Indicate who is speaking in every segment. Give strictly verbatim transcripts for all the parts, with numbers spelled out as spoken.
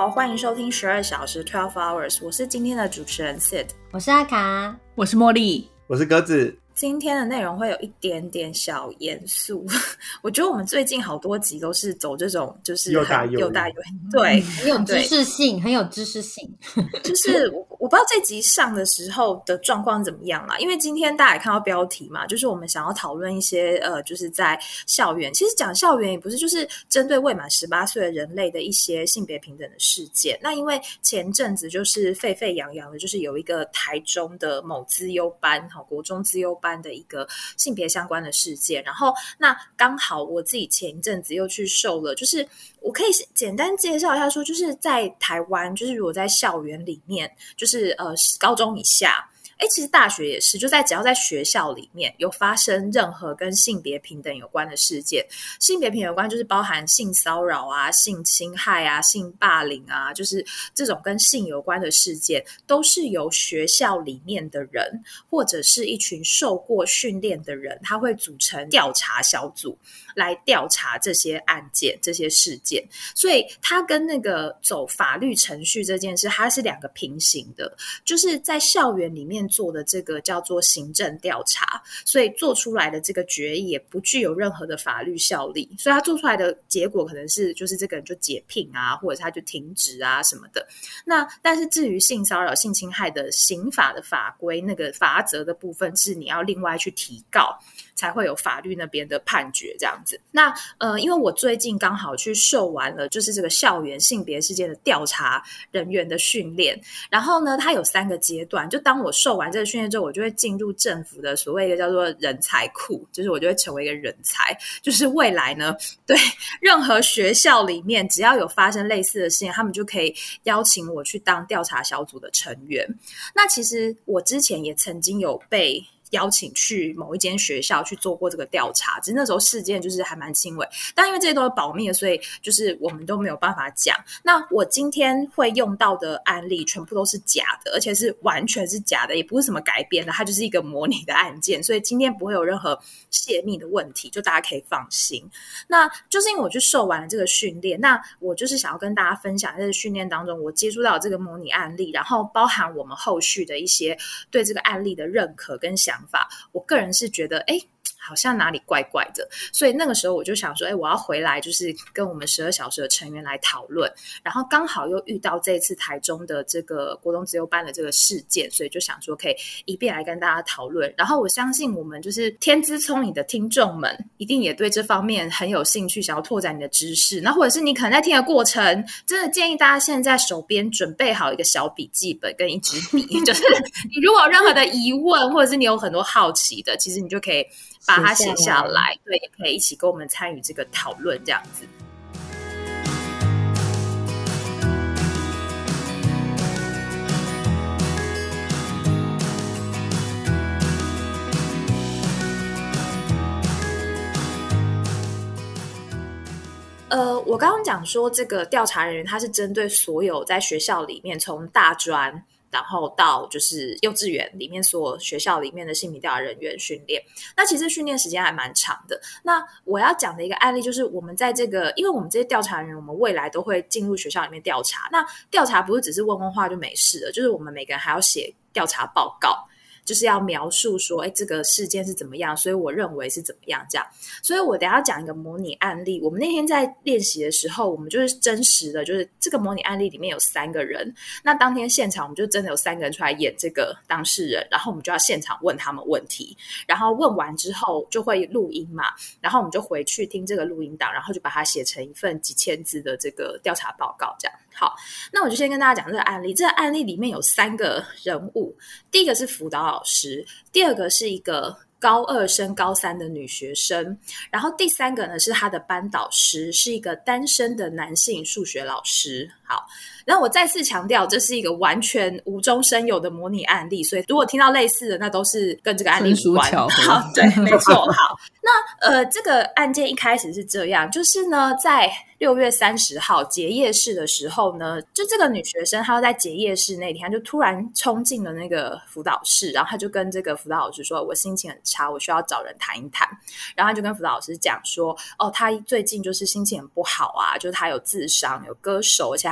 Speaker 1: 欢迎收听十二小时 twelve hours， 我是今天的主持人 Sid，
Speaker 2: 我是阿卡，
Speaker 3: 我是茉莉，
Speaker 4: 我是鸽子。
Speaker 1: 今天的内容会有一点点小严肃，我觉得我们最近好多集都是走这种就是
Speaker 4: 又大又
Speaker 1: 又大又对，
Speaker 2: 很有知识性，很有知识性。
Speaker 1: 就是我我不知道这集上的时候的状况怎么样啦，因为今天大家也看到标题嘛，就是我们想要讨论一些呃，就是在校园，其实讲校园也不是就是针对未满十八岁的人类的一些性别平等的事件。那因为前阵子就是沸沸扬扬的，就是有一个台中的某资优班，好国中资优班的一个性别相关的事件，然后那刚好我自己前一阵子又去受了，就是我可以简单介绍一下说，就是在台湾，就是如果在校园里面，就是呃高中以下，哎，其实大学也是，就在只要在学校里面有发生任何跟性别平等有关的事件，性别平等有关就是包含性骚扰啊、性侵害啊、性霸凌啊，就是这种跟性有关的事件，都是由学校里面的人或者是一群受过训练的人，他会组成调查小组来调查这些案件、这些事件，所以它跟那个走法律程序这件事，它是两个平行的，就是在校园里面做的这个叫做行政调查，所以做出来的这个决议也不具有任何的法律效力，所以他做出来的结果可能是就是这个人就解聘啊，或者是他就停职啊什么的。那但是至于性骚扰、性侵害的刑法的法规那个罚则的部分，是你要另外去提告才会有法律那边的判决这样子。那呃，因为我最近刚好去受完了就是这个校园性别事件的调查人员的训练，然后呢它有三个阶段，就当我受完这个训练之后，我就会进入政府的所谓一个叫做人才库，就是我就会成为一个人才，就是未来呢对任何学校里面只要有发生类似的事情，他们就可以邀请我去当调查小组的成员。那其实我之前也曾经有被邀请去某一间学校去做过这个调查，只是那时候事件就是还蛮轻微，但因为这些都是保密的，所以就是我们都没有办法讲。那我今天会用到的案例全部都是假的，而且是完全是假的，也不是什么改编的，它就是一个模拟的案件，所以今天不会有任何泄密的问题，就大家可以放心。那就是因为我去受完了这个训练，那我就是想要跟大家分享在这个训练当中我接触到这个模拟案例，然后包含我们后续的一些对这个案例的认可跟想法，我个人是觉得诶好像哪里怪怪的，所以那个时候我就想说诶我要回来就是跟我们十二小时的成员来讨论，然后刚好又遇到这一次台中的这个国中资优班的这个事件，所以就想说可以一并来跟大家讨论。然后我相信我们就是天资聪颖的听众们一定也对这方面很有兴趣，想要拓展你的知识，那或者是你可能在听的过程真的建议大家现在手边准备好一个小笔记本跟一支笔就是你如果有任何的疑问或者是你有很多好奇的，其实你就可以把它写下来，对，也可以一起跟我们参与这个讨论这样子。呃，我刚刚讲说这个调查人员他是针对所有在学校里面从大专然后到就是幼稚园里面所有学校里面的性别调查人员训练，那其实训练时间还蛮长的。那我要讲的一个案例就是我们在这个因为我们这些调查人员我们未来都会进入学校里面调查，那调查不是只是问问话就没事了，就是我们每个人还要写调查报告，就是要描述说诶这个事件是怎么样，所以我认为是怎么样这样。所以我等一下讲一个模拟案例，我们那天在练习的时候我们就是真实的，就是这个模拟案例里面有三个人，那当天现场我们就真的有三个人出来演这个当事人，然后我们就要现场问他们问题，然后问完之后就会录音嘛，然后我们就回去听这个录音档，然后就把它写成一份几千字的这个调查报告这样。好，那我就先跟大家讲这个案例。这个案例里面有三个人物，第一个是辅导老师，第二个是一个高二升高三的女学生，然后第三个呢是她的班导师，是一个单身的男性数学老师。好，然后我再次强调这是一个完全无中生有的模拟案例，所以如果听到类似的那都是跟这个案例无关。好，对，没错。好，那呃这个案件一开始是这样，就是呢在六月三十号结业式的时候呢，就这个女学生她在结业式那天，她就突然冲进了那个辅导室，然后她就跟这个辅导老师说我心情很差，我需要找人谈一谈。然后她就跟辅导老师讲说哦，她最近就是心情很不好啊，就是她有自伤有割手，而且她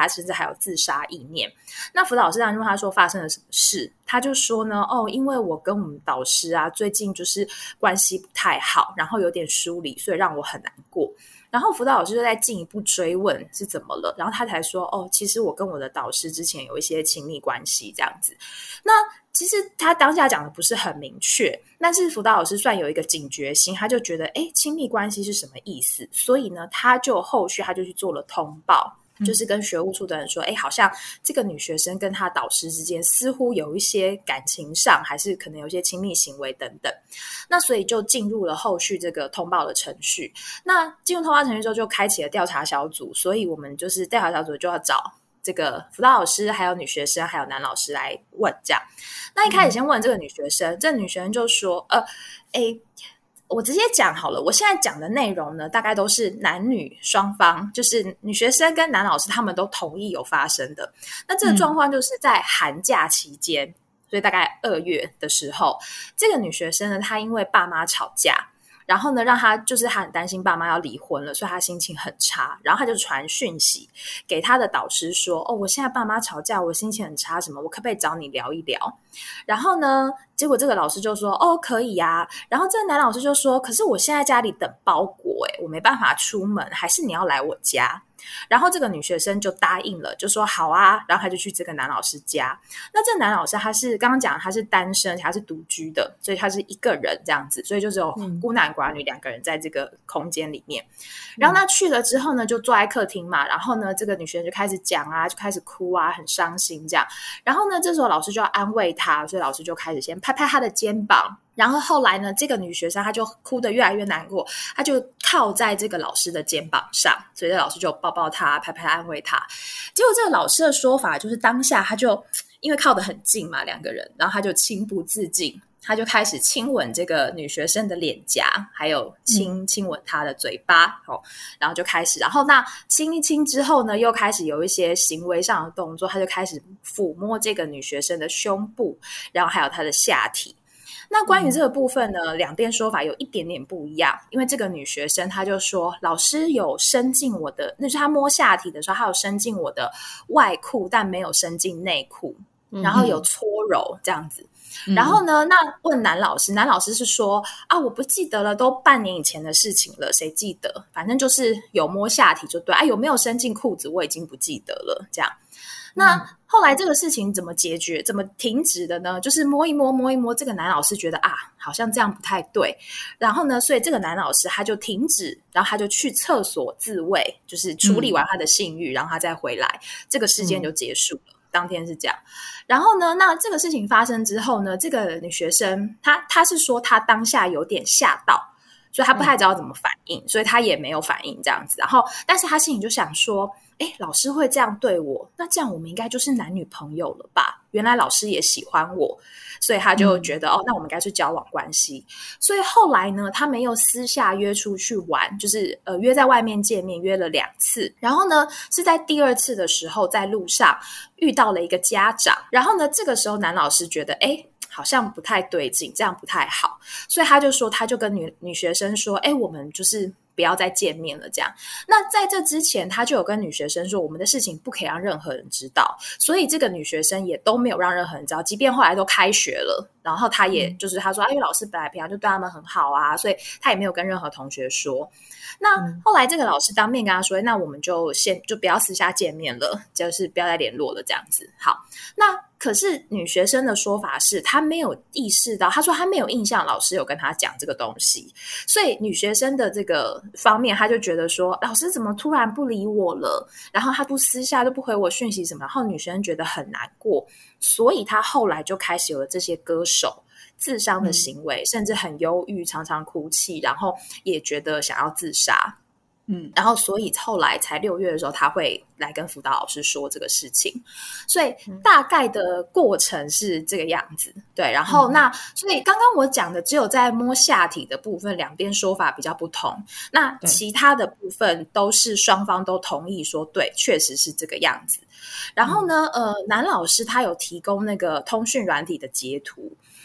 Speaker 1: 甚至还有自杀意念。那辅导老师当然问他说发生了什么事，他就说呢，哦，因为我跟我们导师啊最近就是关系不太好，然后有点疏离，所以让我很难过。然后辅导老师就在进一步追问是怎么了，然后他才说，哦，其实我跟我的导师之前有一些亲密关系这样子。那其实他当下讲的不是很明确，但是辅导老师算有一个警觉心，他就觉得诶亲密关系是什么意思，所以呢他就后续他就去做了通报，就是跟学务处的人说，哎，好像这个女学生跟她导师之间似乎有一些感情上还是可能有一些亲密行为等等。那所以就进入了后续这个通报的程序。那进入通报程序之后就开启了调查小组，所以我们就是调查小组就要找这个辅导老师还有女学生还有男老师来问这样。那一开始先问这个女学生，这女学生就说呃，诶我直接讲好了，我现在讲的内容呢大概都是男女双方，就是女学生跟男老师他们都同意有发生的。那这个状况就是在寒假期间、嗯、所以大概二月的时候，这个女学生呢她因为爸妈吵架，然后呢让她就是她很担心爸妈要离婚了，所以她心情很差，然后她就传讯息给她的导师说，哦，我现在爸妈吵架，我心情很差什么，我可不可以找你聊一聊。然后呢结果这个老师就说，哦可以啊。然后这个男老师就说，可是我现在家里等包裹耶，我没办法出门，还是你要来我家。然后这个女学生就答应了，就说好啊，然后她就去这个男老师家。那这个男老师他是刚刚讲他是单身，他是独居的，所以他是一个人这样子，所以就只有孤男寡女两个人在这个空间里面、嗯、然后他去了之后呢就坐在客厅嘛，然后呢这个女学生就开始讲啊，就开始哭啊，很伤心这样。然后呢这时候老师就要安慰她，所以老师就开始先拍拍她的肩膀，然后后来呢这个女学生她就哭得越来越难过，她就靠在这个老师的肩膀上，所以这老师就抱抱她，拍拍安慰她。结果这个老师的说法就是当下他就因为靠得很近嘛两个人，然后他就情不自禁，他就开始亲吻这个女学生的脸颊，还有亲、嗯、亲吻她的嘴巴、哦、然后就开始，然后那亲一亲之后呢又开始有一些行为上的动作，他就开始抚摸这个女学生的胸部，然后还有她的下体。那关于这个部分呢、嗯、两边说法有一点点不一样，因为这个女学生她就说老师有伸进我的，那就是她摸下体的时候她有伸进我的外裤，但没有伸进内裤，然后有搓揉这样子、嗯、然后呢那问男老师，男老师是说啊我不记得了，都半年以前的事情了，谁记得，反正就是有摸下体就对啊，有没有伸进裤子我已经不记得了这样。那后来这个事情怎么解决怎么停止的呢，就是摸一摸摸一摸，这个男老师觉得啊好像这样不太对，然后呢所以这个男老师他就停止，然后他就去厕所自慰，就是处理完他的性欲、嗯、然后他再回来，这个事件就结束了、嗯、当天是这样。然后呢那这个事情发生之后呢，这个女学生她她是说她当下有点吓到，所以她不太知道怎么反应、嗯、所以她也没有反应这样子。然后但是她心里就想说，诶，老师会这样对我，那这样我们应该就是男女朋友了吧，原来老师也喜欢我，所以他就觉得、嗯、哦，那我们应该是交往关系。所以后来呢他们又私下约出去玩，就是呃约在外面见面，约了两次。然后呢是在第二次的时候在路上遇到了一个家长，然后呢这个时候男老师觉得诶好像不太对劲，这样不太好，所以他就说他就跟女女学生说，诶我们就是不要再见面了这样。那在这之前他就有跟女学生说，我们的事情不可以让任何人知道，所以这个女学生也都没有让任何人知道，即便后来都开学了，然后他也就是他说、啊、因为老师本来平常就对他们很好啊，所以他也没有跟任何同学说。那后来这个老师当面跟他说，那我们就先就不要私下见面了，就是不要再联络了这样子。好，那可是女学生的说法是她没有意识到，她说她没有印象老师有跟她讲这个东西，所以女学生的这个方面她就觉得说老师怎么突然不理我了，然后她不私下都不回我讯息什么，然后女学生觉得很难过，所以她后来就开始有了这些割手自伤的行为、嗯、甚至很忧郁，常常哭泣，然后也觉得想要自杀。嗯，然后所以后来才六月的时候他会来跟辅导老师说这个事情，所以大概的过程是这个样子。对，然后那所以刚刚我讲的只有在摸下体的部分两边说法比较不同，那其他的部分都是双方都同意说对确实是这个样子。然后呢呃，男老师他有提供那个通讯软体的截图，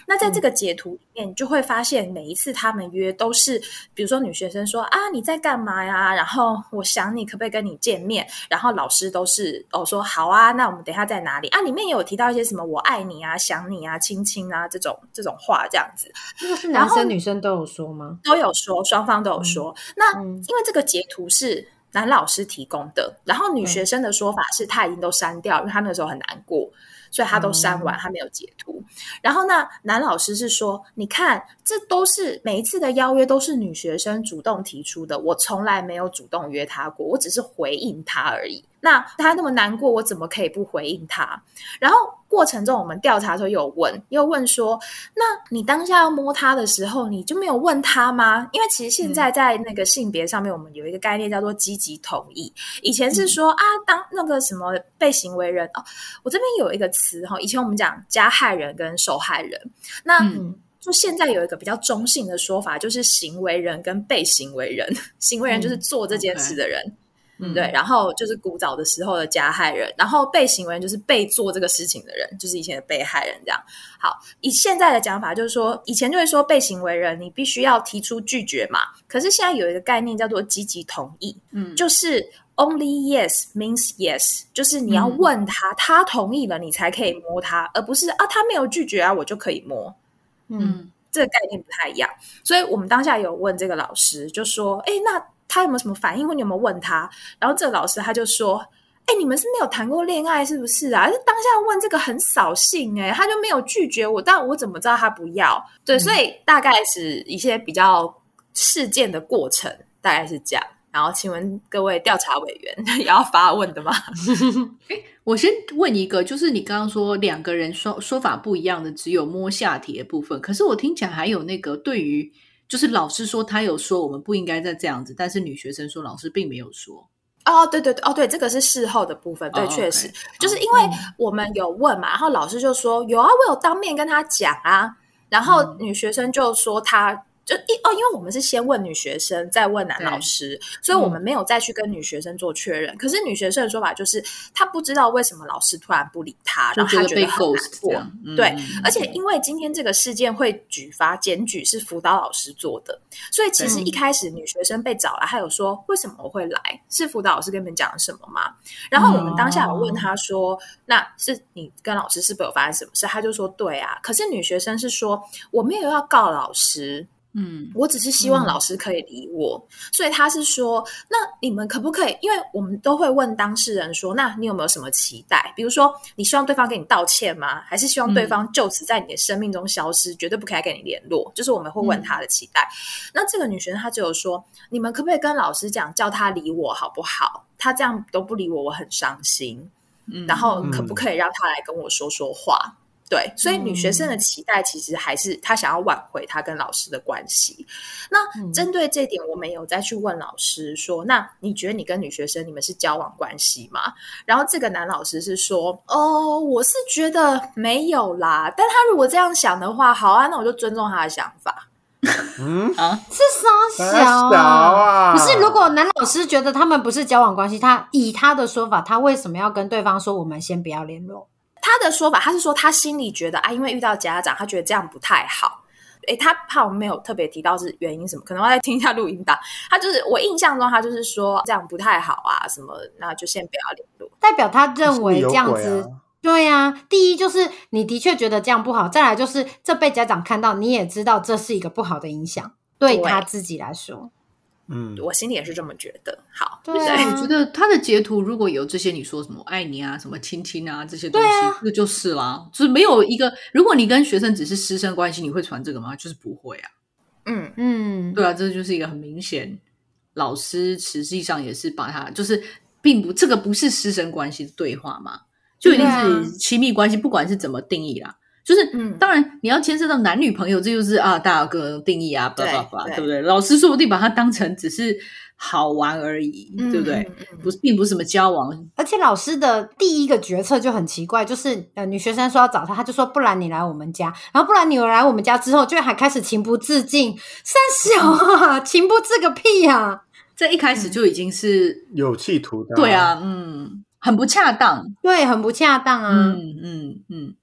Speaker 1: 那在这个截图里面，你就会发现每一次他们约都是，比如说女学生说啊你在干嘛呀？然后我想你可不可以跟你见面？然后老师都是哦说好啊，那我们等一下在哪里啊？里面也有提到一些什么我爱你啊、想你啊、亲亲啊这种这种话这样子。
Speaker 2: 这个是男生女生都有说吗？
Speaker 1: 都有说，双方都有说。嗯、那、嗯、因为这个截图是男老师提供的，然后女学生的说法是他已经都删掉，因为他那个时候很难过。所以他都删完，他没有截图。然后呢，男老师是说，你看，这都是每一次的邀约都是女学生主动提出的，我从来没有主动约他过，我只是回应他而已。那他那么难过，我怎么可以不回应他？然后过程中我们调查的时候有问，又问说，那你当下要摸他的时候，你就没有问他吗？因为其实现在在那个性别上面，我们有一个概念叫做积极同意。以前是说、嗯、啊，当那个什么被行为人哦，我这边有一个词哈，以前我们讲加害人跟受害人，那。嗯就现在有一个比较中性的说法，就是行为人跟被行为人，行为人就是做这件事的人，嗯 okay. 对，然后就是古早的时候的加害人，然后被行为人就是被做这个事情的人，就是以前的被害人这样。好，以现在的讲法就是说，以前就会说被行为人你必须要提出拒绝嘛，可是现在有一个概念叫做积极同意，嗯，就是 only yes means yes， 就是你要问他、嗯、他同意了你才可以摸他，而不是啊他没有拒绝啊我就可以摸。嗯，这个概念不太一样，所以我们当下有问这个老师，就说，哎，那他有没有什么反应，或你有没有问他？然后这个老师他就说，哎，你们是没有谈过恋爱是不是啊？当下问这个很扫兴哎、欸，他就没有拒绝我，但我怎么知道他不要？对，所以大概是一些比较事件的过程，大概是这样。然后请问各位调查委员也要发问的吗？
Speaker 3: 诶我先问一个，就是你刚刚说两个人说说法不一样的只有摸下体的部分，可是我听起来还有那个对于就是老师说他有说我们不应该再这样子，但是女学生说老师并没有说。
Speaker 1: 哦，对对对，哦对，这个是事后的部分，对，确、oh, 实、okay. 就是因为我们有问嘛，然后老师就说有啊，我有当面跟他讲啊，然后女学生就说她就哦，因为我们是先问女学生再问男老师，所以我们没有再去跟女学生做确认、嗯、可是女学生的说法就是她不知道为什么老师突然不理她，然后她觉得很难过、嗯、对、嗯、而且因为今天这个事件会举发检举是辅导老师做的，所以其实一开始女学生被找来，她有说为什么我会来，是辅导老师跟你们讲了什么吗？然后我们当下有问她说、嗯、那是你跟老师是不是有发生什么事？她就说对啊，可是女学生是说我没有要告老师，嗯，我只是希望老师可以理我、嗯、所以他是说那你们可不可以，因为我们都会问当事人说那你有没有什么期待，比如说你希望对方给你道歉吗？还是希望对方就此在你的生命中消失、嗯、绝对不可以跟你联络，就是我们会问他的期待、嗯、那这个女学生她就有说你们可不可以跟老师讲叫他理我好不好，他这样都不理我我很伤心、嗯、然后可不可以让他来跟我说说话，对，所以女学生的期待其实还是她想要挽回她跟老师的关系。那针对这点我们有再去问老师说那你觉得你跟女学生你们是交往关系吗？然后这个男老师是说哦，我是觉得没有啦，但他如果这样想的话好啊，那我就尊重他的想法。
Speaker 2: 嗯啊，是傻小啊！不是，如果男老师觉得他们不是交往关系，他以他的说法，他为什么要跟对方说我们先不要联络？
Speaker 1: 他的说法他是说他心里觉得啊，因为遇到家长他觉得这样不太好，诶他好像没有特别提到是原因什么，可能我再听一下录音档，他就是我印象中他就是说这样不太好啊什么，那就先不要联络，
Speaker 2: 代表他认为这样子对啊，第一就是你的确觉得这样不好，再来就是这被家长看到你也知道这是一个不好的影响，对他自己来说
Speaker 1: 嗯，我心里也是这么觉得。好，
Speaker 3: 对啊，我觉得他的截图如果有这些你说什么爱你啊什么亲亲啊这些东西，这、啊、就是啦，就是没有一个，如果你跟学生只是师生关系你会传这个吗？就是不会啊。嗯嗯，对啊，这就是一个很明显老师实际上也是把他就是并不这个不是师生关系的对话嘛，就一定是亲密关系、啊、不管是怎么定义啦，就是、嗯、当然你要牵涉到男女朋友，这就是啊大家各种定义啊blah blah blah， 对不对？老师说不定把它当成只是好玩而已、嗯、对不对、嗯、不是并不是什么交往。
Speaker 2: 而且老师的第一个决策就很奇怪，就是呃女学生说要找他，他就说不然你来我们家，然后不然你来我们家之后就还开始情不自禁，三小啊情不自个屁啊，
Speaker 3: 这一开始就已经是、
Speaker 4: 嗯、有企图的、
Speaker 3: 啊、对啊，嗯，很不恰当，
Speaker 2: 对，很不恰当啊，
Speaker 3: 嗯嗯嗯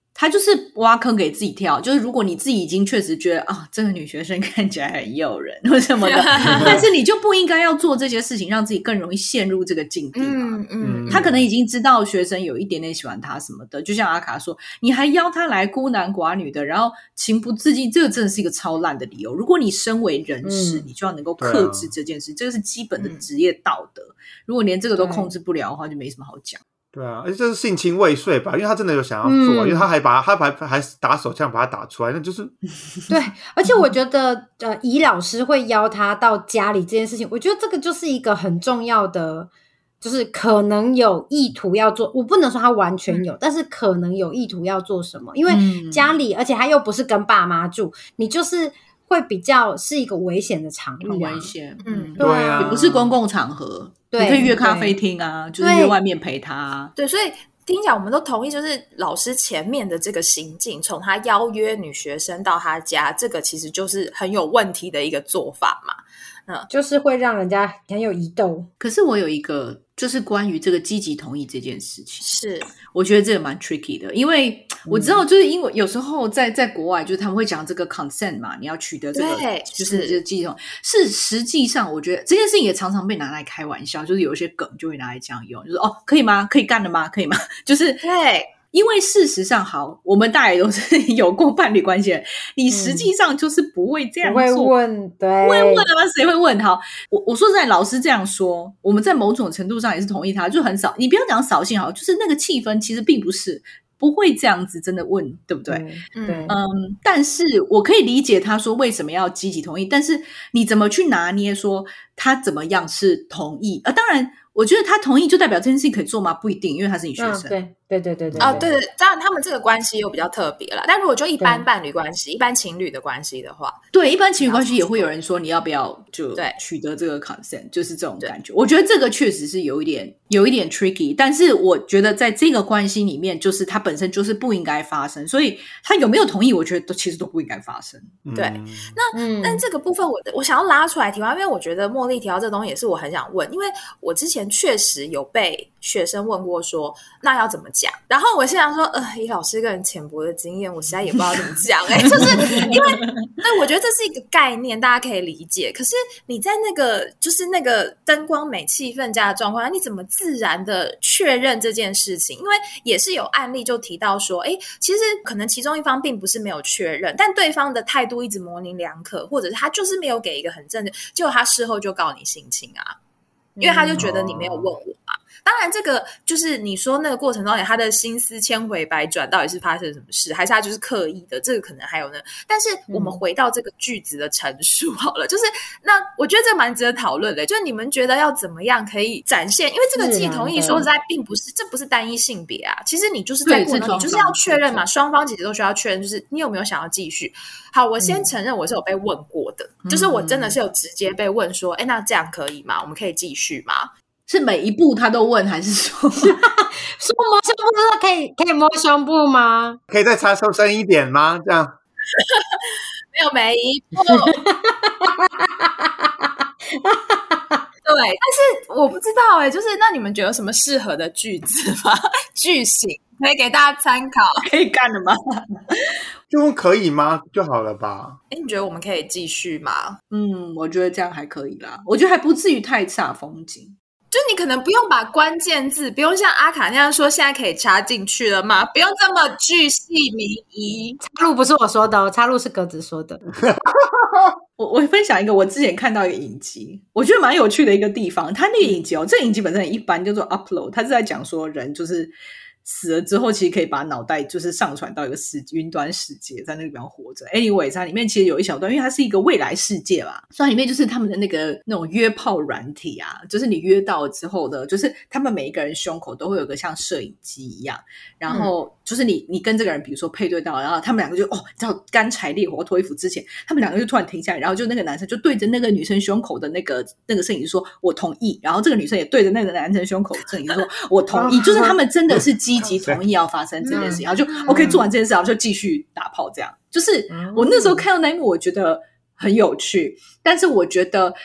Speaker 3: 他就是挖坑给自己跳，就是如果你自己已经确实觉得啊，这个女学生看起来很诱人或什么的，但是你就不应该要做这些事情，让自己更容易陷入这个境地嘛。
Speaker 1: 嗯嗯，
Speaker 3: 他可能已经知道学生有一点点喜欢他什么的，就像阿卡说，你还邀他来孤男寡女的，然后情不自禁，这个真的是一个超烂的理由。如果你身为人士，嗯、你就要能够克制这件事，这个是基本的职业道德。如果连这个都控制不了的话，就没什么好讲。
Speaker 4: 对啊，而且这是性侵未遂吧？因为他真的有想要做、啊嗯，因为他还把他还还打手枪把他打出来，那就是
Speaker 2: 对。而且我觉得，呃，乙老师会邀他到家里这件事情，我觉得这个就是一个很重要的，就是可能有意图要做。我不能说他完全有，嗯、但是可能有意图要做什么。因为家里，嗯、而且他又不是跟爸妈住，你就是会比较是一个危险的场域、啊，
Speaker 3: 很危险。嗯，
Speaker 4: 对啊，
Speaker 3: 也不是公共场合。
Speaker 2: 对，
Speaker 3: 你可以约咖啡厅啊，就是约外面陪他、啊。
Speaker 1: 对，所以听起来我们都同意，就是老师前面的这个行径，从他邀约女学生到他家，这个其实就是很有问题的一个做法嘛。嗯，
Speaker 2: 就是会让人家很有疑窦。
Speaker 3: 可是我有一个，就是关于这个积极同意这件事情，
Speaker 1: 是
Speaker 3: 我觉得这个蛮 tricky 的，因为我知道，就是因为有时候在在国外，就是他们会讲这个 consent 嘛，你要取得这个，就是这个积极同意。是实际上，我觉得这件事情也常常被拿来开玩笑，就是有一些梗就会拿来这样用，就是哦，可以吗？可以干了吗？可以吗？就是
Speaker 1: 对。
Speaker 3: 因为事实上，好，我们大家也都是有过伴侣关系的，你实际上就是不会这样做，
Speaker 2: 嗯、不会问，对，
Speaker 3: 不会问啊，谁会问？好，我我说实在，老师这样说，我们在某种程度上也是同意他，就很少，你不要讲扫兴好，就是那个气氛其实并不是不会这样子真的问，对不对？
Speaker 2: 嗯，对，
Speaker 3: 嗯，但是我可以理解他说为什么要积极同意，但是你怎么去拿捏说他怎么样是同意？呃，当然。我觉得他同意就代表这件事情可以做吗？不一定，因为他是你学生。
Speaker 2: 嗯、对对对对对。
Speaker 1: 哦，对对，当然他们这个关系又比较特别了。但如果就一般伴侣关系、一般情侣的关系的话，
Speaker 3: 对，一般情侣关系也会有人说你要不要就取得这个 consent， 就是这种感觉。我觉得这个确实是有一点有一点 tricky， 但是我觉得在这个关系里面，就是它本身就是不应该发生，所以他有没有同意，我觉得都其实都不应该发生。
Speaker 1: 对，嗯、那、嗯、但这个部分我我想要拉出来提问，因为我觉得茉莉提到这个东西也是我很想问，因为我之前确实有被学生问过说那要怎么讲，然后我现在说呃，以老师个人浅薄的经验，我实在也不知道怎么讲哎、欸，就是因为那我觉得这是一个概念，大家可以理解，可是你在那个就是那个灯光美气氛佳的状况下，你怎么自然的确认这件事情？因为也是有案例就提到说哎，其实可能其中一方并不是没有确认，但对方的态度一直模棱两可，或者是他就是没有给一个很正确，结果他事后就告你性侵啊，因为他就觉得你没有问我嘛。嗯，当然这个就是你说那个过程中他的心思千回百转，到底是发生什么事，还是他就是刻意的，这个可能还有呢。但是我们回到这个句子的陈述好了，嗯、就是那我觉得这蛮值得讨论的，就是你们觉得要怎么样可以展现，因为这个积极同意说实在并不是，这不是单一性别啊，其实你就是在过程中你就是要确认嘛，双方其实都需要确认，就是你有没有想要继续。好，我先承认我是有被问过的，嗯、就是我真的是有直接被问说哎，那这样可以吗？我们可以继续吗？
Speaker 3: 是每一步他都问，还是说说摸
Speaker 2: 胸部可以可以摸胸部吗？
Speaker 4: 可以再插收深一点吗？这样
Speaker 1: 没有每一步。对，但是我不知道哎、欸，就是那你们觉得有什么适合的句子吗？句型可以给大家参考，
Speaker 3: 可以干的吗？
Speaker 4: 就问可以吗就好了吧？
Speaker 1: 哎，你觉得我们可以继续吗？
Speaker 3: 嗯，我觉得这样还可以啦，我觉得还不至于太差风景。
Speaker 1: 就你可能不用把关键字，不用像阿卡那样说现在可以插进去了吗？不用这么巨细靡遗。
Speaker 2: 插入不是我说的哦，插入是格子说的。
Speaker 3: 我我分享一个我之前看到一个影集，我觉得蛮有趣的一个地方。他那个影集哦，这个影集本身很一般，叫做 Upload， 他是在讲说人就是死了之后其实可以把脑袋就是上传到一个世云端世界，在那个地方活着。 anyway 它里面其实有一小段，因为它是一个未来世界嘛，所以它里面就是他们的那个那种约炮软体啊，就是你约到了之后的，就是他们每一个人胸口都会有个像摄影机一样，然后就是你你跟这个人比如说配对到，然后他们两个就哦，你知道干柴烈火脱衣服之前，他们两个就突然停下来，然后就那个男生就对着那个女生胸口的那个那个摄影机说我同意，然后这个女生也对着那个男生胸口的摄影机说我同意，就是他们真的是积极同意要发生这件事情，然后就 OK 做完这件事，然后就继续打炮，这样就是我那时候看到那一幕我觉得很有趣，但是我觉得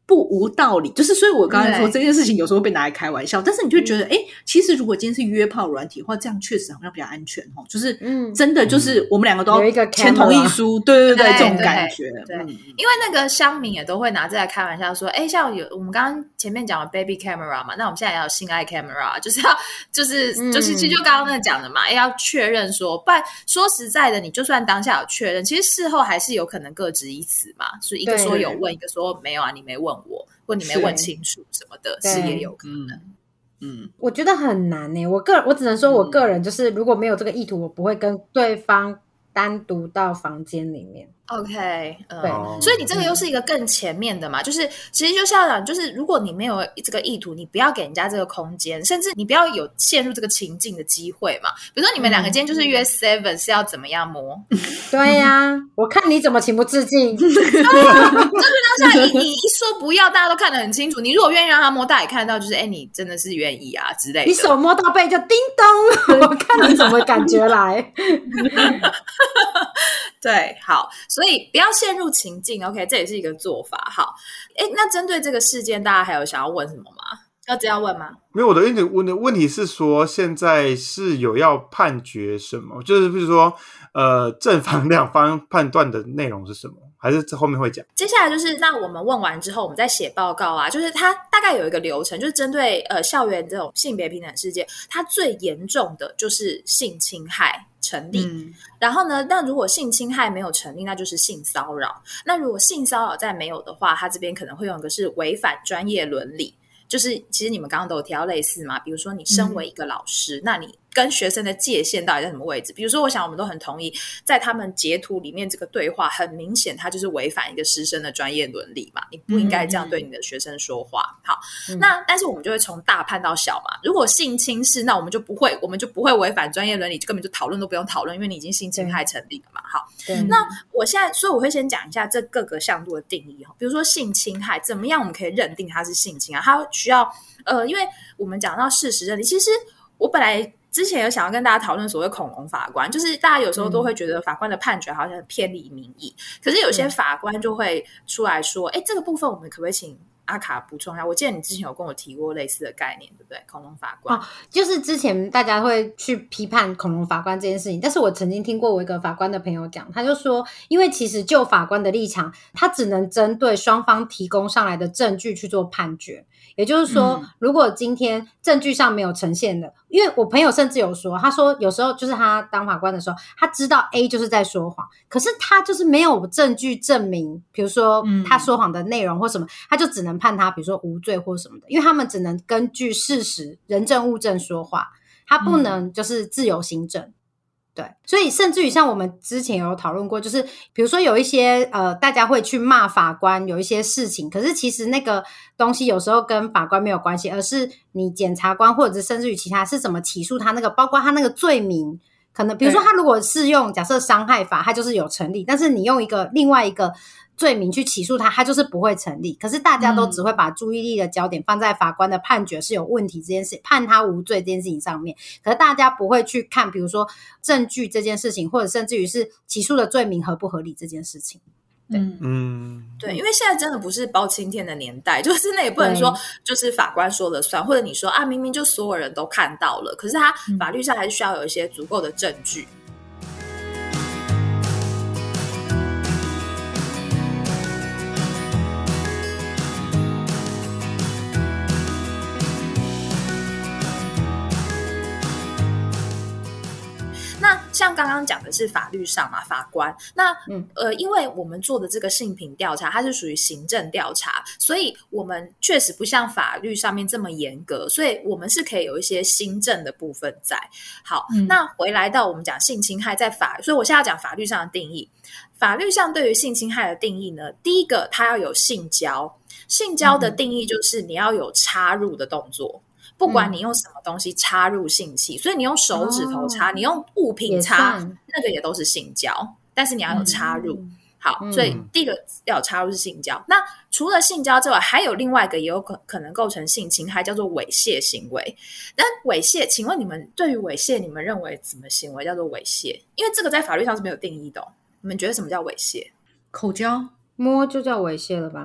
Speaker 3: 不无道理，就是所以我刚才说这件事情有时候被拿来开玩笑，但是你就觉得哎、嗯，其实如果今天是约炮软体的话，这样确实好像比较安全哦，就是真的就是我们两个都要签同意书，对对 对, 对，这种感觉。
Speaker 1: 对，嗯、因为那个乡民也都会拿这来开玩笑说，哎，像有我们刚刚前面讲的 baby camera 嘛，那我们现在也要有性爱 camera， 就是要就是就是其实就刚刚那讲的嘛，要确认说，不然说实在的，你就算当下有确认，其实事后还是有可能各执一词嘛，所以一个说有问，一个说没有啊，你没问我，或你没问清楚什么的，是也有可能。
Speaker 2: 嗯，我觉得很难耶、欸、我个我只能说我个人就是如果没有这个意图，我不会跟对方单独到房间里面。
Speaker 1: OK， 嗯，对，所以你这个又是一个更前面的嘛，嗯、就是其实就像讲，就是如果你没有这个意图，你不要给人家这个空间，甚至你不要有陷入这个情境的机会嘛。比如说你们两个今天就是约 seven、嗯、是要怎么样摸？
Speaker 2: 对呀、啊，我看你怎么情不自禁。对
Speaker 1: 啊，就是当下你你一说不要，大家都看得很清楚。你如果愿意让他摸，大家也看得到，就是哎，你真的是愿意啊之类的。
Speaker 2: 你手摸到背就叮咚，我看你怎么感觉来。
Speaker 1: 对，好，所以不要陷入情境 OK， 这也是一个做法。好，诶，那针对这个事件大家还有想要问什么吗？要这样问吗？
Speaker 4: 没有，我的问的问题是说现在是有要判决什么，就是比如说呃正反两方判断的内容是什么，还是这后面会讲？
Speaker 1: 接下来就是那我们问完之后我们再写报告啊，就是它大概有一个流程，就是针对呃校园这种性别平等事件，它最严重的就是性侵害成立、嗯、然后呢，那如果性侵害没有成立，那就是性骚扰。那如果性骚扰再没有的话，它这边可能会用一个是违反专业伦理，就是其实你们刚刚都有提到类似嘛，比如说你身为一个老师、嗯、那你跟学生的界限到底在什么位置？比如说我想我们都很同意，在他们截图里面这个对话很明显它就是违反一个师生的专业伦理嘛，你不应该这样对你的学生说话、嗯、好、嗯、那但是我们就会从大判到小嘛，如果性侵是那我们就不会我们就不会违反专业伦理，就根本就讨论都不用讨论，因为你已经性侵害成立了嘛。好，那我现在所以我会先讲一下这各个项度的定义，比如说性侵害怎么样我们可以认定它是性侵啊？它需要呃，因为我们讲到事实认定，其实我本来之前有想要跟大家讨论所谓恐龙法官，就是大家有时候都会觉得法官的判决好像偏离民意、嗯、可是有些法官就会出来说哎、嗯，这个部分我们可不可以请阿卡补充一下？我记得你之前有跟我提过类似的概念，对不对？恐龙法官、哦、
Speaker 2: 就是之前大家会去批判恐龙法官这件事情，但是我曾经听过我一个法官的朋友讲，他就说因为其实就法官的立场，他只能针对双方提供上来的证据去做判决，也就是说、嗯、如果今天证据上没有呈现的，因为我朋友甚至有说，他说有时候就是他当法官的时候，他知道 A 就是在说谎，可是他就是没有证据证明比如说他说谎的内容或什么、嗯、他就只能判他比如说无罪或什么的，因为他们只能根据事实人证物证说话，他不能就是自由行政、嗯，对，所以甚至于像我们之前有讨论过，就是比如说有一些呃，大家会去骂法官有一些事情，可是其实那个东西有时候跟法官没有关系，而是你检察官或者是甚至于其他是怎么起诉他那个，包括他那个罪名，可能比如说他如果是用假设伤害法，他就是有成立，但是你用一个另外一个罪名去起诉他，他就是不会成立。可是大家都只会把注意力的焦点放在法官的判决是有问题这件事，判他无罪这件事情上面，可是大家不会去看比如说证据这件事情，或者甚至于是起诉的罪名合不合理这件事情。对，
Speaker 1: 嗯，对，因为现在真的不是包青天的年代，就是那也不能说就是法官说了算，或者你说啊明明就所有人都看到了，可是他法律上还是需要有一些足够的证据。那像刚刚讲的是法律上嘛，法官那、嗯、呃，因为我们做的这个性平调查它是属于行政调查，所以我们确实不像法律上面这么严格，所以我们是可以有一些新政的部分在。好、嗯、那回来到我们讲性侵害在法，所以我现在要讲法律上的定义。法律上对于性侵害的定义呢，第一个它要有性交，性交的定义就是你要有插入的动作，不管你用什么东西插入性器、嗯、所以你用手指头插、哦、你用物品插，那个也都是性交，但是你要有插入、嗯、好，所以第一个要有插入是性交、嗯、那除了性交之外，还有另外一个也有可能构成性侵害，叫做猥亵行为。但猥亵，请问你们对于猥亵，你们认为什么行为叫做猥亵？因为这个在法律上是没有定义的、哦、你们觉得什么叫猥亵？
Speaker 3: 口交？
Speaker 2: 摸就叫猥亵了吧？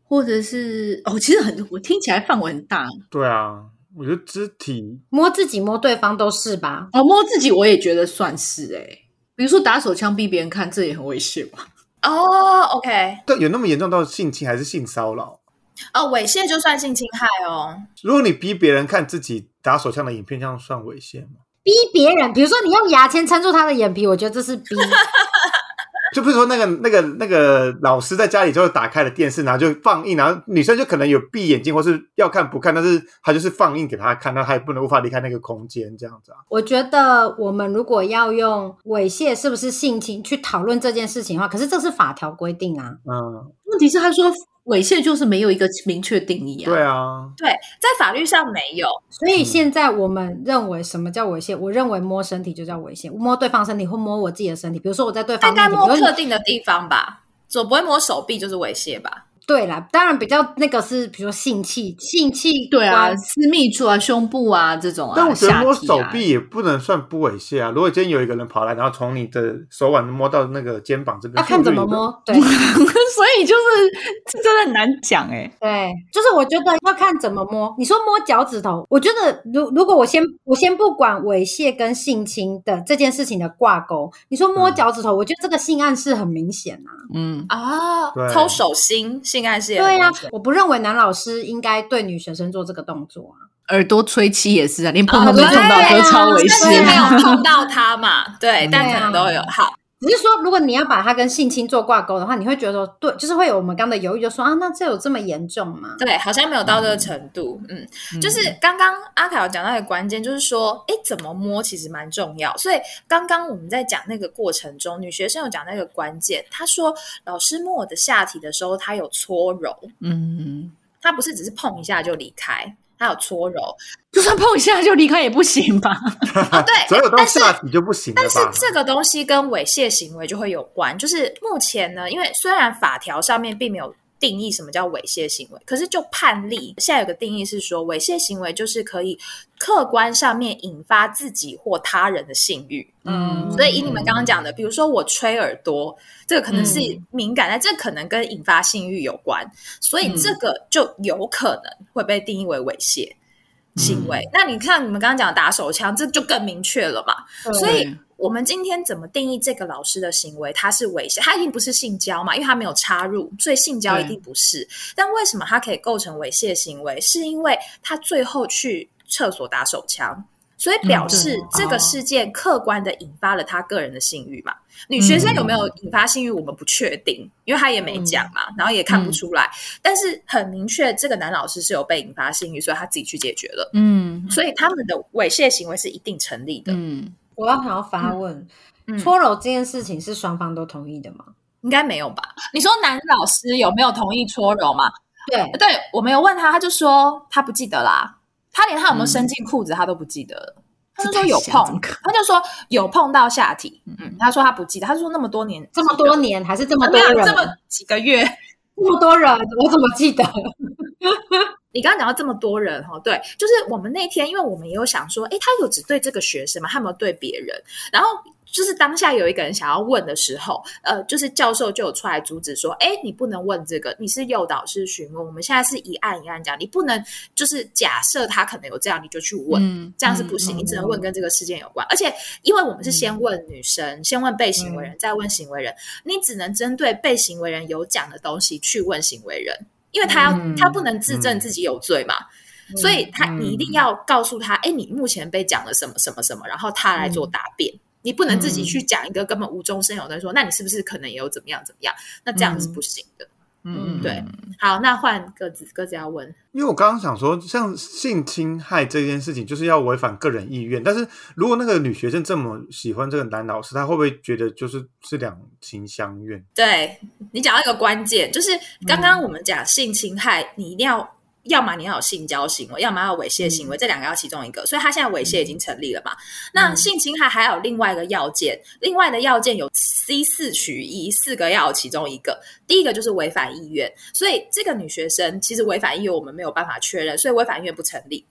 Speaker 3: 或者是哦，其实很我听起来范围很大。
Speaker 4: 对啊，我觉得肢体
Speaker 2: 摸自己摸对方都是吧？
Speaker 3: 哦，摸自己我也觉得算是哎、欸，比如说打手枪逼别人看，这也很危险吧？
Speaker 1: 哦 ，OK，
Speaker 4: 对，有那么严重到性侵还是性骚扰？
Speaker 1: 哦，猥亵就算性侵害哦。
Speaker 4: 如果你逼别人看自己打手枪的影片，这样算猥亵吗？
Speaker 2: 逼别人，比如说你用牙签撑住他的眼皮，我觉得这是逼。
Speaker 4: 就比如说那个那个那个老师在家里就打开了电视，然后就放映，然后女生就可能有闭眼睛或是要看不看，但是他就是放映给他看，那他也不能无法离开那个空间，这样子啊。
Speaker 2: 我觉得我们如果要用猥亵是不是性侵去讨论这件事情的话，可是这是法条规定啊。
Speaker 4: 嗯，
Speaker 3: 问题是他说猥亵就是没有一个明确定义啊。
Speaker 4: 对啊，
Speaker 1: 对，在法律上没有。
Speaker 2: 所以现在我们认为什么叫猥亵？我认为摸身体就叫猥亵，摸对方身体或摸我自己的身体，比如说我在对方面前，
Speaker 1: 应该摸特定的地方吧，总不会摸手臂就是猥亵吧？
Speaker 2: 对啦，当然比较那个是比如说性器性器
Speaker 3: 对啊，私密处啊、胸部啊这种啊，
Speaker 4: 但我觉得摸手
Speaker 3: 啊
Speaker 4: 臂也不能算不猥亵啊。如果今天有一个人跑来，然后从你的手腕摸到那个肩膀这边，
Speaker 2: 要看怎么摸。对，
Speaker 3: 所以就是真的很难讲哎、欸。
Speaker 2: 对，就是我觉得要看怎么摸。你说摸脚趾头，我觉得如如果我先我先不管猥亵跟性侵的这件事情的挂钩，你说摸脚趾头，嗯、我觉得这个性暗示很明显啊。
Speaker 3: 嗯
Speaker 1: 啊，偷手心。性暗示也很
Speaker 2: 对啊，
Speaker 1: 明显。
Speaker 2: 我不认为男老师应该对女学生做这个动作啊。
Speaker 3: 耳朵吹气也是啊，连碰都没碰到，
Speaker 2: 哦、
Speaker 3: 都超猥亵。
Speaker 1: 但是没有碰到他嘛？对，但可能都有。好，
Speaker 2: 只是说，如果你要把它跟性侵做挂钩的话，你会觉得说，对，就是会有我们刚的犹豫，就说啊，那这有这么严重吗？
Speaker 1: 对，好像没有到这个程度。嗯，嗯就是刚刚阿凯有讲到一个关键，就是说，哎，怎么摸其实蛮重要。所以刚刚我们在讲那个过程中，女学生有讲那个关键，她说老师摸我的下体的时候，她有搓揉，嗯，她不是只是碰一下就离开。他有搓揉，
Speaker 3: 就算碰一下就离开也不行吧？
Speaker 1: 哦，对，
Speaker 4: 所有到下体就不行了吧？
Speaker 1: 但是这个东西跟猥亵行为就会有关。就是目前呢，因为虽然法条上面并没有定义什么叫猥亵行为，可是就判例现在有个定义是说，猥亵行为就是可以客观上面引发自己或他人的性欲。嗯，所以以你们刚刚讲的，比如说我吹耳朵，这个可能是敏感，但、嗯、这可能跟引发性欲有关，所以这个就有可能会被定义为猥亵行为。嗯、那你看你们刚刚讲的打手枪，这就更明确了嘛。所以我们今天怎么定义这个老师的行为？他是猥亵，他一定不是性交嘛，因为他没有插入，所以性交一定不是。但为什么他可以构成猥亵行为？是因为他最后去厕所打手枪。所以表示这个事件客观的引发了他个人的性欲嘛？嗯、女学生有没有引发性欲，我们不确定，因为他也没讲嘛，嗯、然后也看不出来。嗯、但是很明确，这个男老师是有被引发性欲，所以他自己去解决了。嗯，所以他们的猥亵行为是一定成立的。嗯，
Speaker 2: 我要想要发问，嗯、搓揉这件事情是双方都同意的吗？
Speaker 1: 应该没有吧？你说男老师有没有同意搓揉吗？
Speaker 2: 对，
Speaker 1: 对我没有问他，他就说他不记得啦。他连他有没有伸进裤子他都不记得了，嗯、他就说有碰，他就说有碰到下体，嗯，他说他不记得，他说那么多年，
Speaker 2: 这么多年还是这么多人，
Speaker 1: 这么几个月，
Speaker 2: 这么多人，我怎么记得？
Speaker 1: 你刚刚讲到这么多人哈，对，就是我们那天，因为我们也有想说，诶，他有只对这个学生吗？他有没有对别人？然后就是当下有一个人想要问的时候，呃，就是教授就有出来阻止说，诶，你不能问这个，你是诱导式询问，我们现在是一案一案讲，你不能就是假设他可能有这样你就去问，嗯、这样是不行，嗯、你只能问跟这个事件有关。嗯、而且因为我们是先问女生，嗯、先问被行为人，嗯、再问行为人，你只能针对被行为人有讲的东西去问行为人。因为他要、嗯、他不能自证自己有罪嘛，嗯、所以他你一定要告诉他，哎、嗯，你目前被讲了什么什么什么，然后他来做答辩。嗯、你不能自己去讲一个根本无中生有的说，嗯、那你是不是可能也有怎么样怎么样？那这样是不行的。嗯，对。好，那换各自各自要问。
Speaker 4: 因为我刚刚想说，像性侵害这件事情，就是要违反个人意愿。但是如果那个女学生这么喜欢这个男老师，她会不会觉得就是是两情相愿？
Speaker 1: 对，你讲到一个关键，就是刚刚我们讲性侵害，你一定要。要么你要有性交行为，要么要有猥亵行为，嗯、这两个要其中一个。所以他现在猥亵已经成立了嘛？嗯、那性侵害还有另外一个要件，另外的要件有 C 四取一，四个要有其中一个。第一个就是违反意愿，所以这个女学生其实违反意愿我们没有办法确认，所以违反意愿不成立。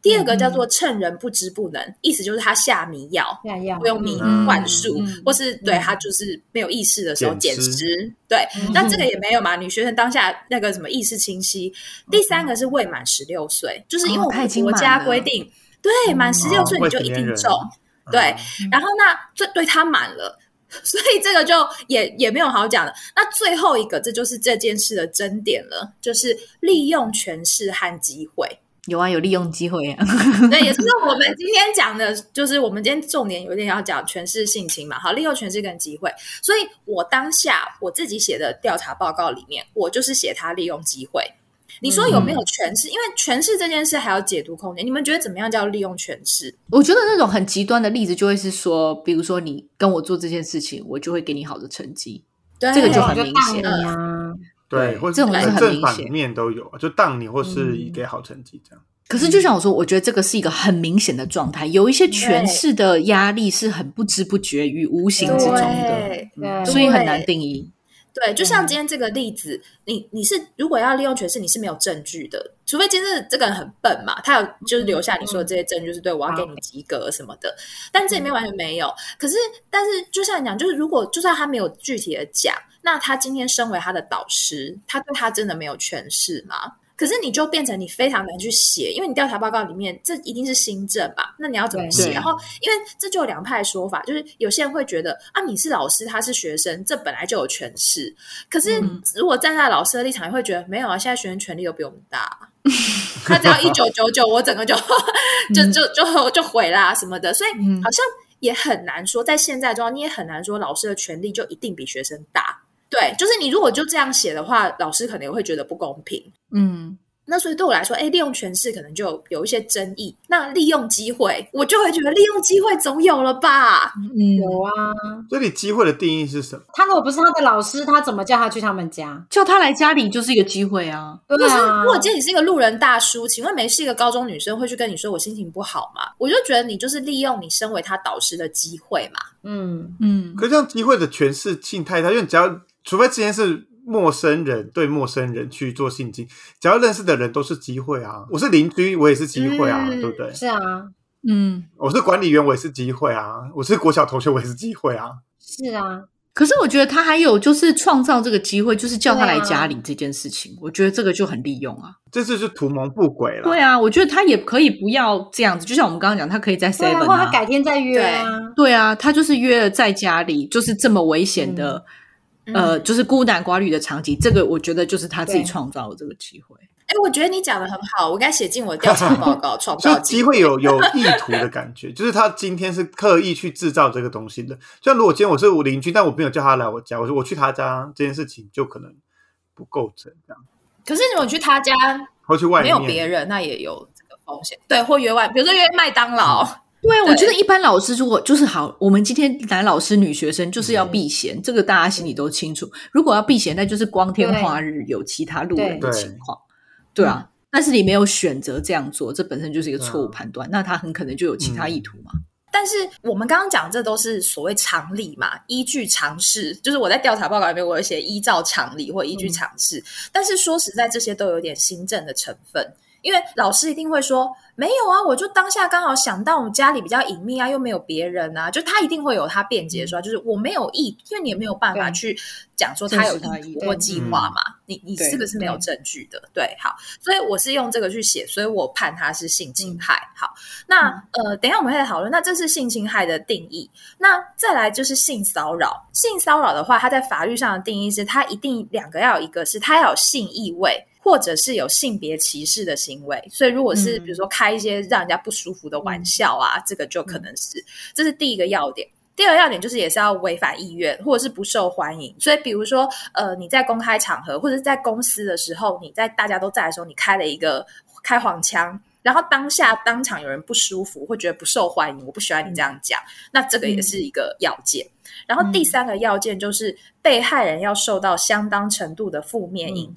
Speaker 1: 第二个叫做趁人不知不能，嗯、意思就是他下迷药，不用迷幻术，嗯、或是对、嗯、他就是没有意识的时候捡尸。对，嗯、那这个也没有嘛，女学生当下那个什么意识清晰。嗯、第三个是未满十六岁，就是因为我们国家规定，哦、对，满十六岁你就一定中。哦、对，嗯、然后那这对他满了。所以这个就也也没有好讲的。那最后一个，这就是这件事的争点了，就是利用权势和机会。
Speaker 3: 有啊，有利用机会啊。
Speaker 1: 对，也就是我们今天讲的，就是我们今天重点有点要讲权势性侵嘛。好，利用权势跟机会。所以我当下我自己写的调查报告里面，我就是写他利用机会。你说有没有权势？嗯、因为权势这件事还有解读空间。你们觉得怎么样叫利用权势？
Speaker 3: 我觉得那种很极端的例子就会是说，比如说你跟我做这件事情，我就会给你好的成绩，
Speaker 1: 对，
Speaker 3: 这个就很明显
Speaker 2: 啊。
Speaker 4: 对，或者
Speaker 3: 这种是很
Speaker 4: 正反面都有，就当你或是给好成绩这样。
Speaker 3: 嗯、可是就像我说，我觉得这个是一个很明显的状态，有一些权势的压力是很不知不觉与无形之中的，嗯、所以很难定义。
Speaker 1: 对，就像今天这个例子，你你是如果要利用权势，你是没有证据的，除非今天这个人很笨嘛，他有就是留下你说的这些证据，就是对我要给你及格什么的，但这里面完全没有。可是，但是就像你讲，就是如果就算他没有具体的讲，那他今天身为他的导师，他对他真的没有权势吗？可是你就变成你非常难去写，因为你调查报告里面这一定是新证嘛，那你要怎么写？然后因为这就有两派说法，就是有些人会觉得啊，你是老师，他是学生，这本来就有权势。可是如果站在老师的立场，也会觉得没有啊，现在学生权力都比我们大，他只要一九九九，我整个就就就就就毁啦什么的，所以好像也很难说，在现在中你也很难说老师的权力就一定比学生大。对，就是你如果就这样写的话，老师可能会觉得不公平。嗯，那所以对我来说，哎，利用权势可能就有一些争议。那利用机会，我就会觉得利用机会总有了吧？
Speaker 2: 嗯，有啊。
Speaker 4: 所以你机会的定义是什么？
Speaker 2: 他如果不是他的老师，他怎么叫他去他们家？
Speaker 3: 叫他来家里就是一个机会啊。
Speaker 1: 对啊。如果今天你是一个路人大叔，请问没事一个高中女生会去跟你说我心情不好吗？我就觉得你就是利用你身为他导师的机会嘛。
Speaker 2: 嗯
Speaker 4: 嗯。可是这样机会的权势性太大，因为你只要除非之前是陌生人对陌生人去做性侵，只要认识的人都是机会啊。我是邻居，我也是机会啊，嗯、对不对？
Speaker 2: 是啊，
Speaker 3: 嗯，
Speaker 4: 我是管理员，我也是机会啊。我是国小同学，我也是机会啊。
Speaker 2: 是啊，
Speaker 3: 可是我觉得他还有就是创造这个机会，就是叫他来家里这件事情，啊、我觉得这个就很利用啊。
Speaker 4: 这就是图谋不轨了。
Speaker 3: 对啊，我觉得他也可以不要这样子，就像我们刚刚讲，他可以在 seven 啊，
Speaker 2: 或他改天再约啊。
Speaker 3: 对啊，他就是约了在家里，就是这么危险的。嗯呃，就是孤男寡女的场景，这个我觉得就是他自己创造的这个机会。
Speaker 1: 哎，我觉得你讲的很好，我该写进我的调查报告。创造
Speaker 4: 机会有有意图的感觉，就是他今天是刻意去制造这个东西的。像如果今天我是我邻居，但我没有叫他来我家，我说我去他家这件事情就可能不构成这样。
Speaker 1: 可是如果去他家，
Speaker 4: 或去外面
Speaker 1: 没有别人，那也有这个风险。对，或约外，比如说约麦当劳。嗯
Speaker 3: 对，我觉得一般老师如果就是好，我们今天男老师女学生就是要避嫌，这个大家心里都清楚。如果要避嫌，那就是光天化日有其他路人的情况， 对, 对啊。但是你没有选择这样做，这本身就是一个错误判断，那他很可能就有其他意图嘛。
Speaker 1: 嗯、但是我们刚刚讲这都是所谓常理嘛，依据常识，就是我在调查报告里面我有写依照常理或依据常识，嗯、但是说实在这些都有点心证的成分。因为老师一定会说没有啊，我就当下刚好想到我们家里比较隐秘啊，又没有别人啊，就他一定会有他辩解说，就是我没有意，因为你也没有办法去讲说他有意图或计划嘛，你你这个是没有证据的， 对, 对，好，所以我是用这个去写，所以我判他是性侵害。好，那、嗯、呃，等一下我们会讨论，那这是性侵害的定义，那再来就是性骚扰。性骚扰的话，它在法律上的定义是，它一定两个要有一个是它要有性意味。或者是有性别歧视的行为，所以如果是比如说开一些让人家不舒服的玩笑啊、嗯、这个就可能是，这是第一个要点。第二个要点就是也是要违反意愿或者是不受欢迎，所以比如说呃你在公开场合或者是在公司的时候，你在大家都在的时候你开了一个开黄腔，然后当下当场有人不舒服会觉得不受欢迎，我不喜欢你这样讲、嗯、那这个也是一个要件、嗯、然后第三个要件就是被害人要受到相当程度的负面影响、嗯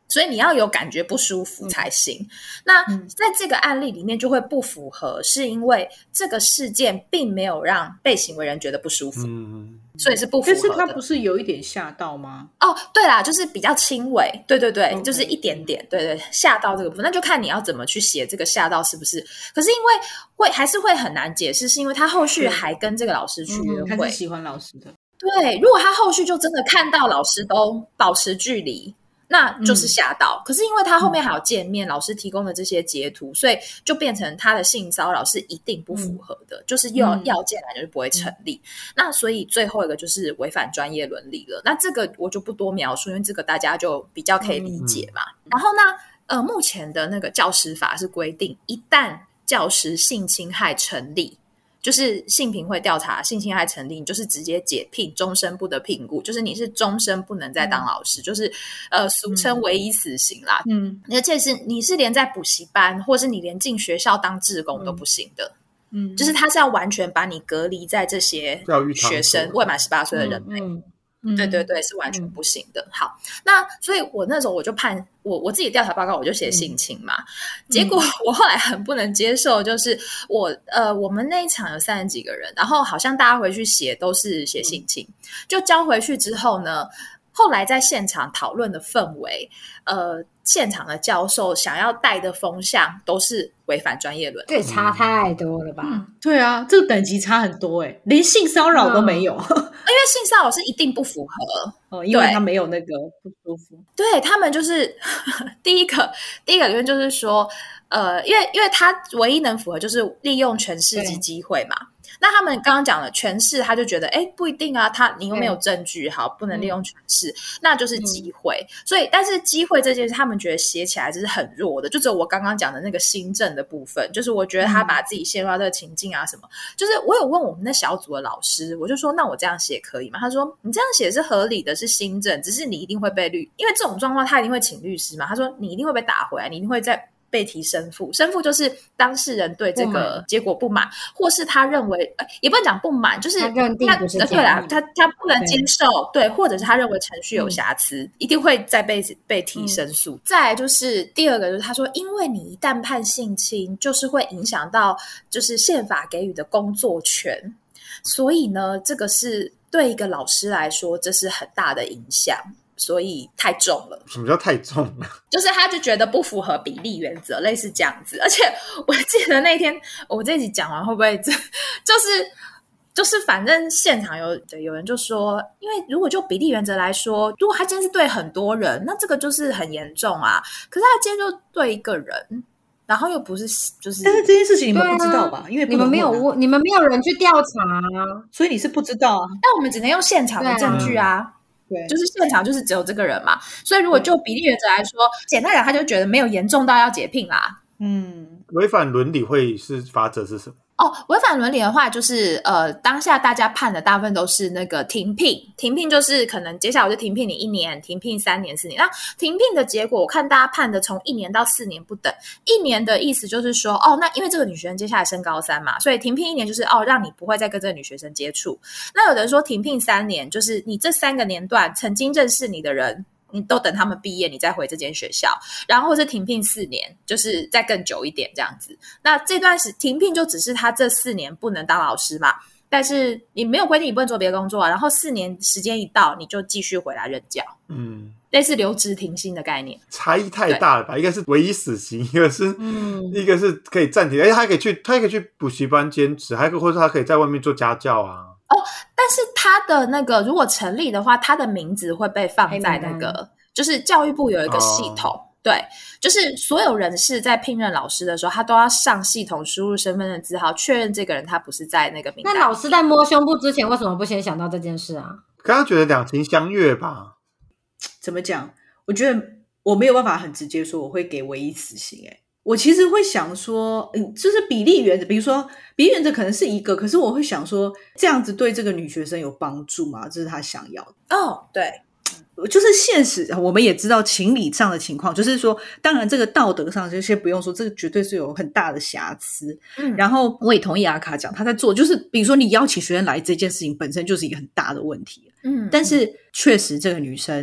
Speaker 1: 所以你要有感觉不舒服才行、嗯、那在这个案例里面就会不符合，是因为这个事件并没有让被行为人觉得不舒服、嗯、所以是不符合的。
Speaker 3: 但是他不是有一点吓到吗？
Speaker 1: 哦，对啦，就是比较轻微，对对对、okay. 就是一点点，对对，吓到这个部分，那就看你要怎么去写这个吓到是不是。可是因为会还是会很难解释，是因为他后续还跟这个老师去约会、
Speaker 3: 嗯、他是喜欢老师的。
Speaker 1: 对，如果他后续就真的看到老师都保持距离，那就是吓到、嗯、可是因为他后面还有见面、嗯、老师提供的这些截图，所以就变成他的性骚扰是一定不符合的、嗯、就是要要件来就是不会成立、嗯、那所以最后一个就是违反专业伦理了。那这个我就不多描述，因为这个大家就比较可以理解嘛、嗯、然后呢呃，目前的那个教师法是规定，一旦教师性侵害成立，就是性平会调查性侵害成立，你就是直接解聘，终身不得聘雇，就是你是终身不能再当老师、嗯、就是呃俗称唯一死刑啦。嗯，而且是你是连在补习班或是你连进学校当志工都不行的。嗯，就是他是要完全把你隔离在这些学生未满十八岁的人类。嗯嗯对对对，是完全不行的、嗯、好，那所以我那时候我就判我我自己的调查报告我就写性侵嘛、嗯、结果我后来很不能接受，就是我呃我们那一场有三十几个人，然后好像大家回去写都是写性侵、嗯、就交回去之后呢，后来在现场讨论的氛围，呃现场的教授想要带的风向都是违反专业伦理，
Speaker 2: 这差太多了吧、嗯、
Speaker 3: 对啊，这个等级差很多耶，连性骚扰都没有、嗯、因
Speaker 1: 为性骚扰是一定不符合
Speaker 3: 哦，因为他没有那个不舒服。
Speaker 1: 对，他们就是第一个第一个理论就是说呃，因为因为他唯一能符合就是利用权势及机会嘛，那他们刚刚讲了权势，他就觉得哎，不一定啊，他你又没有证据，好，不能利用权势、嗯、那就是机会、嗯、所以但是机会这件事他们觉得写起来就是很弱的，就只有我刚刚讲的那个新政的部分，就是我觉得他把自己陷入到这个情境啊什么、嗯、就是我有问我们那小组的老师，我就说那我这样写可以吗？他说你这样写是合理的，是新政，只是你一定会被律，因为这种状况他一定会请律师嘛，他说你一定会被打回来，你一定会在被提申复，申复就是当事人对这个结果不满，或是他认为、呃、也不能讲不满，就是他
Speaker 2: 认定不是
Speaker 1: 对啦，他他不能接受， 对, 对，或者是他认为程序有瑕疵、嗯、一定会再被被提申诉、嗯、再来就是第二个就是他说因为你一旦判性侵就是会影响到就是宪法给予的工作权，所以呢这个是对一个老师来说这是很大的影响，所以太重了。
Speaker 4: 什么叫太重了？
Speaker 1: 就是他就觉得不符合比例原则，类似这样子。而且我记得那天我这集讲完会不会就是就是反正现场有对有人就说，因为如果就比例原则来说，如果他今天是对很多人，那这个就是很严重啊。可是他今天就对一个人，然后又不是就是，
Speaker 3: 但是这件事情你们不知道吧？啊、因为
Speaker 2: 你们没有问，你们没有人去调查、啊，
Speaker 3: 所以你是不知道啊。
Speaker 1: 但我们只能用现场的证据啊。对，就是现场就是只有这个人嘛，所以如果就比例原则来说，简单讲他就觉得没有严重到要解聘啦。嗯，
Speaker 4: 违反伦理会是法则是什么？
Speaker 1: 哦，违反伦理的话就是呃，当下大家判的大部分都是那个停聘，停聘就是可能接下来我就停聘你一年，停聘三年四年。那停聘的结果我看大家判的从一年到四年不等，一年的意思就是说哦，那因为这个女学生接下来升高三嘛，所以停聘一年就是哦，让你不会再跟这个女学生接触。那有的人说停聘三年就是你这三个年段曾经认识你的人你都等他们毕业你再回这间学校，然后或是停聘四年就是再更久一点这样子。那这段时停聘就只是他这四年不能当老师嘛，但是你没有规定你不能做别的工作啊，然后四年时间一到你就继续回来任教。嗯，类似留职停薪的概念。
Speaker 4: 差异太大了吧，一个是唯一死刑，一个是、嗯、一个是可以暂停，而且他可以去他可以去补习班兼职，还有或者他可以在外面做家教啊。
Speaker 1: 哦，但是他的那个如果成立的话，他的名字会被放在那个就是教育部有一个系统、哦、对，就是所有人士在聘任老师的时候他都要上系统输入身份证字号，确认这个人他不是在那个名单。
Speaker 2: 那老师在摸胸部之前为什么不先想到这件事啊？
Speaker 4: 刚刚觉得两情相悦吧。
Speaker 3: 怎么讲，我觉得我没有办法很直接说我会给唯一死刑、欸、我其实会想说嗯，就是比例原则，比如说比例原则可能是一个，可是我会想说这样子对这个女学生有帮助吗？这是她想要的。
Speaker 1: 哦，对，
Speaker 3: 就是现实我们也知道情理上的情况，就是说当然这个道德上这些不用说，这个绝对是有很大的瑕疵、嗯、然后我也同意阿卡讲他在做，就是比如说你邀请学生来这件事情本身就是一个很大的问题，嗯，但是确实这个女生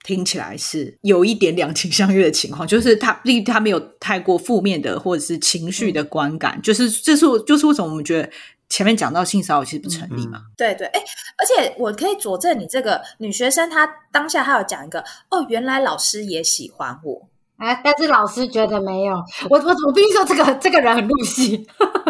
Speaker 3: 听起来是有一点两情相悦的情况，就是他他没有太过负面的或者是情绪的观感，嗯、就是这是就是为什么我们觉得前面讲到性骚扰其实不成立嘛？
Speaker 1: 嗯、对对，哎，而且我可以佐证你这个女学生，她当下她有讲一个哦，原来老师也喜欢我，
Speaker 2: 哎，但是老师觉得没有，我我我必须说这个这个人很入戏。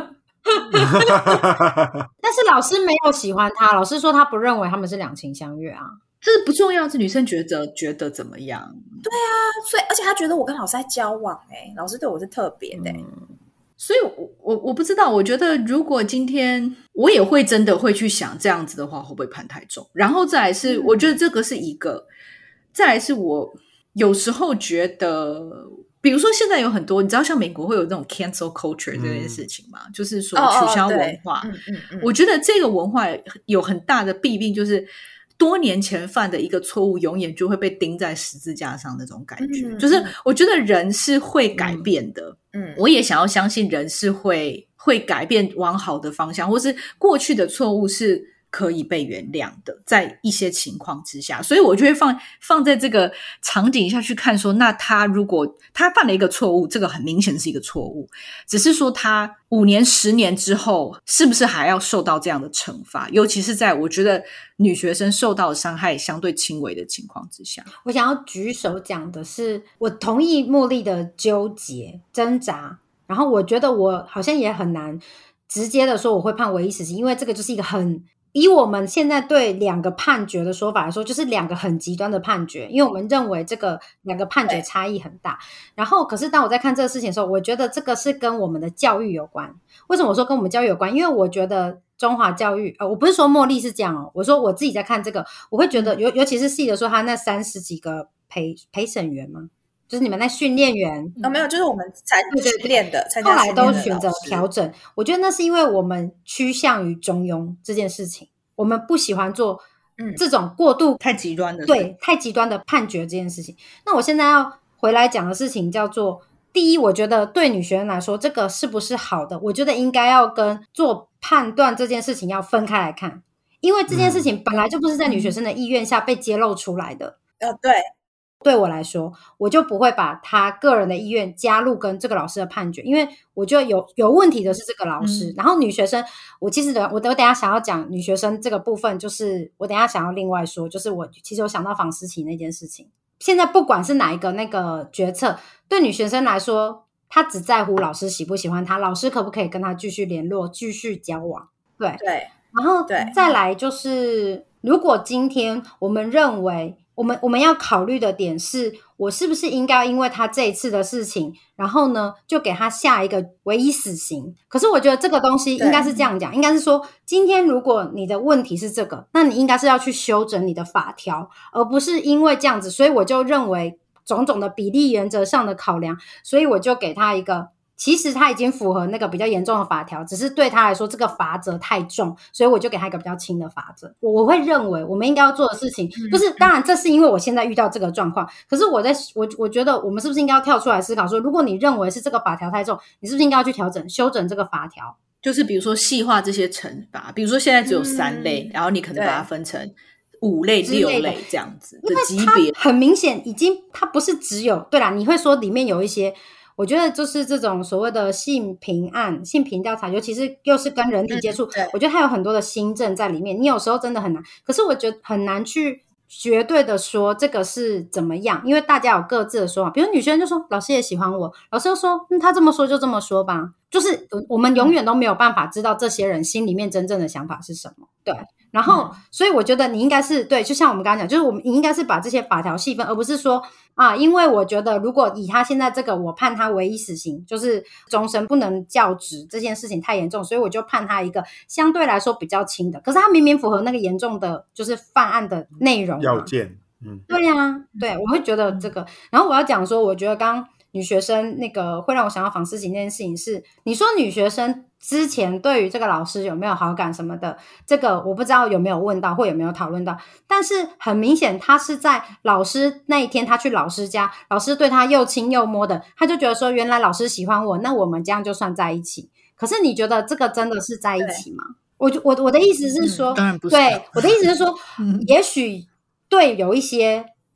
Speaker 2: 但是老师没有喜欢他，老师说他不认为他们是两情相悦啊。
Speaker 3: 这不重要，是女生觉得觉得怎么样？
Speaker 1: 对啊，所以而且他觉得我跟老师在交往、欸，老师对我是特别的、欸
Speaker 3: 嗯，所以我我我不知道，我觉得如果今天我也会真的会去想这样子的话会不会判太重，然后再来是、嗯、我觉得这个是一个，再来是我有时候觉得比如说现在有很多你知道像美国会有这种 cancel culture 这件事情嘛、嗯、就是说取消文化、哦哦嗯嗯嗯、我觉得这个文化有很大的弊病，就是多年前犯的一个错误永远就会被钉在十字架上那种感觉、嗯、就是我觉得人是会改变的，嗯，我也想要相信人是会会改变往好的方向，或是过去的错误是可以被原谅的，在一些情况之下，所以我就会放放在这个场景下去看说，那他如果他犯了一个错误，这个很明显是一个错误，只是说他五年十年之后是不是还要受到这样的惩罚，尤其是在我觉得女学生受到的伤害相对轻微的情况之下。
Speaker 2: 我想要举手讲的是，我同意茉莉的纠结挣扎，然后我觉得我好像也很难直接的说我会判唯一死刑，因为这个就是一个很以我们现在对两个判决的说法来说，就是两个很极端的判决，因为我们认为这个两个判决差异很大。然后可是当我在看这个事情的时候，我觉得这个是跟我们的教育有关。为什么我说跟我们教育有关？因为我觉得中华教育呃，我不是说茉莉是这样哦，我说我自己在看这个，我会觉得尤尤其是细的说他那三十几个陪陪审员嘛，就是你们那训练员
Speaker 1: 哦，没有，就是我们参训练的，
Speaker 2: 后来都选择调整。我觉得那是因为我们趋向于中庸这件事情，我们不喜欢做这种过度、
Speaker 3: 嗯、太极端的，
Speaker 2: 对，太极端的判决这件事情。那我现在要回来讲的事情叫做，第一，我觉得对女学生来说，这个是不是好的？我觉得应该要跟做判断这件事情要分开来看，因为这件事情本来就不是在女学生的意愿下被揭露出来的。
Speaker 1: 呃、嗯，对。
Speaker 2: 对我来说，我就不会把他个人的意愿加入跟这个老师的判决，因为我觉得有有问题的是这个老师、嗯、然后女学生，我其实我我等一下想要讲女学生这个部分，就是我等一下想要另外说，就是我其实有想到房思琪那件事情。现在不管是哪一个那个决策，对女学生来说，她只在乎老师喜不喜欢她，老师可不可以跟她继续联络继续交往。对
Speaker 1: 对，
Speaker 2: 然后再来就是如果今天我们认为我们我们要考虑的点是，我是不是应该因为他这一次的事情，然后呢就给他下一个唯一死刑。可是我觉得这个东西应该是这样讲，应该是说今天如果你的问题是这个，那你应该是要去修整你的法条，而不是因为这样子，所以我就认为种种的比例原则上的考量，所以我就给他一个其实他已经符合那个比较严重的法条，只是对他来说这个罚则太重，所以我就给他一个比较轻的罚则。我我会认为我们应该要做的事情就是，当然这是因为我现在遇到这个状况，可是我在我我觉得我们是不是应该要跳出来思考说，如果你认为是这个法条太重，你是不是应该要去调整修整这个法条，
Speaker 3: 就是比如说细化这些惩罚，比如说现在只有三类、嗯、然后你可能把它分成五类六类这样子的级别，
Speaker 2: 很明显已经它不是只有，对啦，你会说里面有一些我觉得就是这种所谓的性平案、性平调查，尤其是又是跟人体接触、嗯、我觉得它有很多的新政在里面，你有时候真的很难，可是我觉得很难去绝对的说这个是怎么样，因为大家有各自的说法。比如女生就说老师也喜欢我，老师就说、嗯、他这么说就这么说吧，就是我们永远都没有办法知道这些人心里面真正的想法是什么。对，然后、嗯、所以我觉得你应该是对，就像我们刚刚讲，就是我们你应该是把这些法条细分，而不是说啊，因为我觉得如果以他现在这个我判他唯一死刑，就是终身不能教职这件事情太严重，所以我就判他一个相对来说比较轻的，可是他明明符合那个严重的就是犯案的内容
Speaker 4: 要件。嗯，
Speaker 2: 对啊，对，我会觉得这个。然后我要讲说，我觉得刚刚女学生那个会让我想到房思琪那件事情是，你说女学生之前对于这个老师有没有好感什么的，这个我不知道有没有问到或有没有讨论到，但是很明显他是在老师那一天他去老师家，老师对他又亲又摸的，他就觉得说原来老师喜欢我，那我们这样就算在一起。可是你觉得这个真的是在一起吗？我我的意思是说、
Speaker 3: 嗯、当然不是，
Speaker 2: 对，我的意思是说、嗯、也许对有一些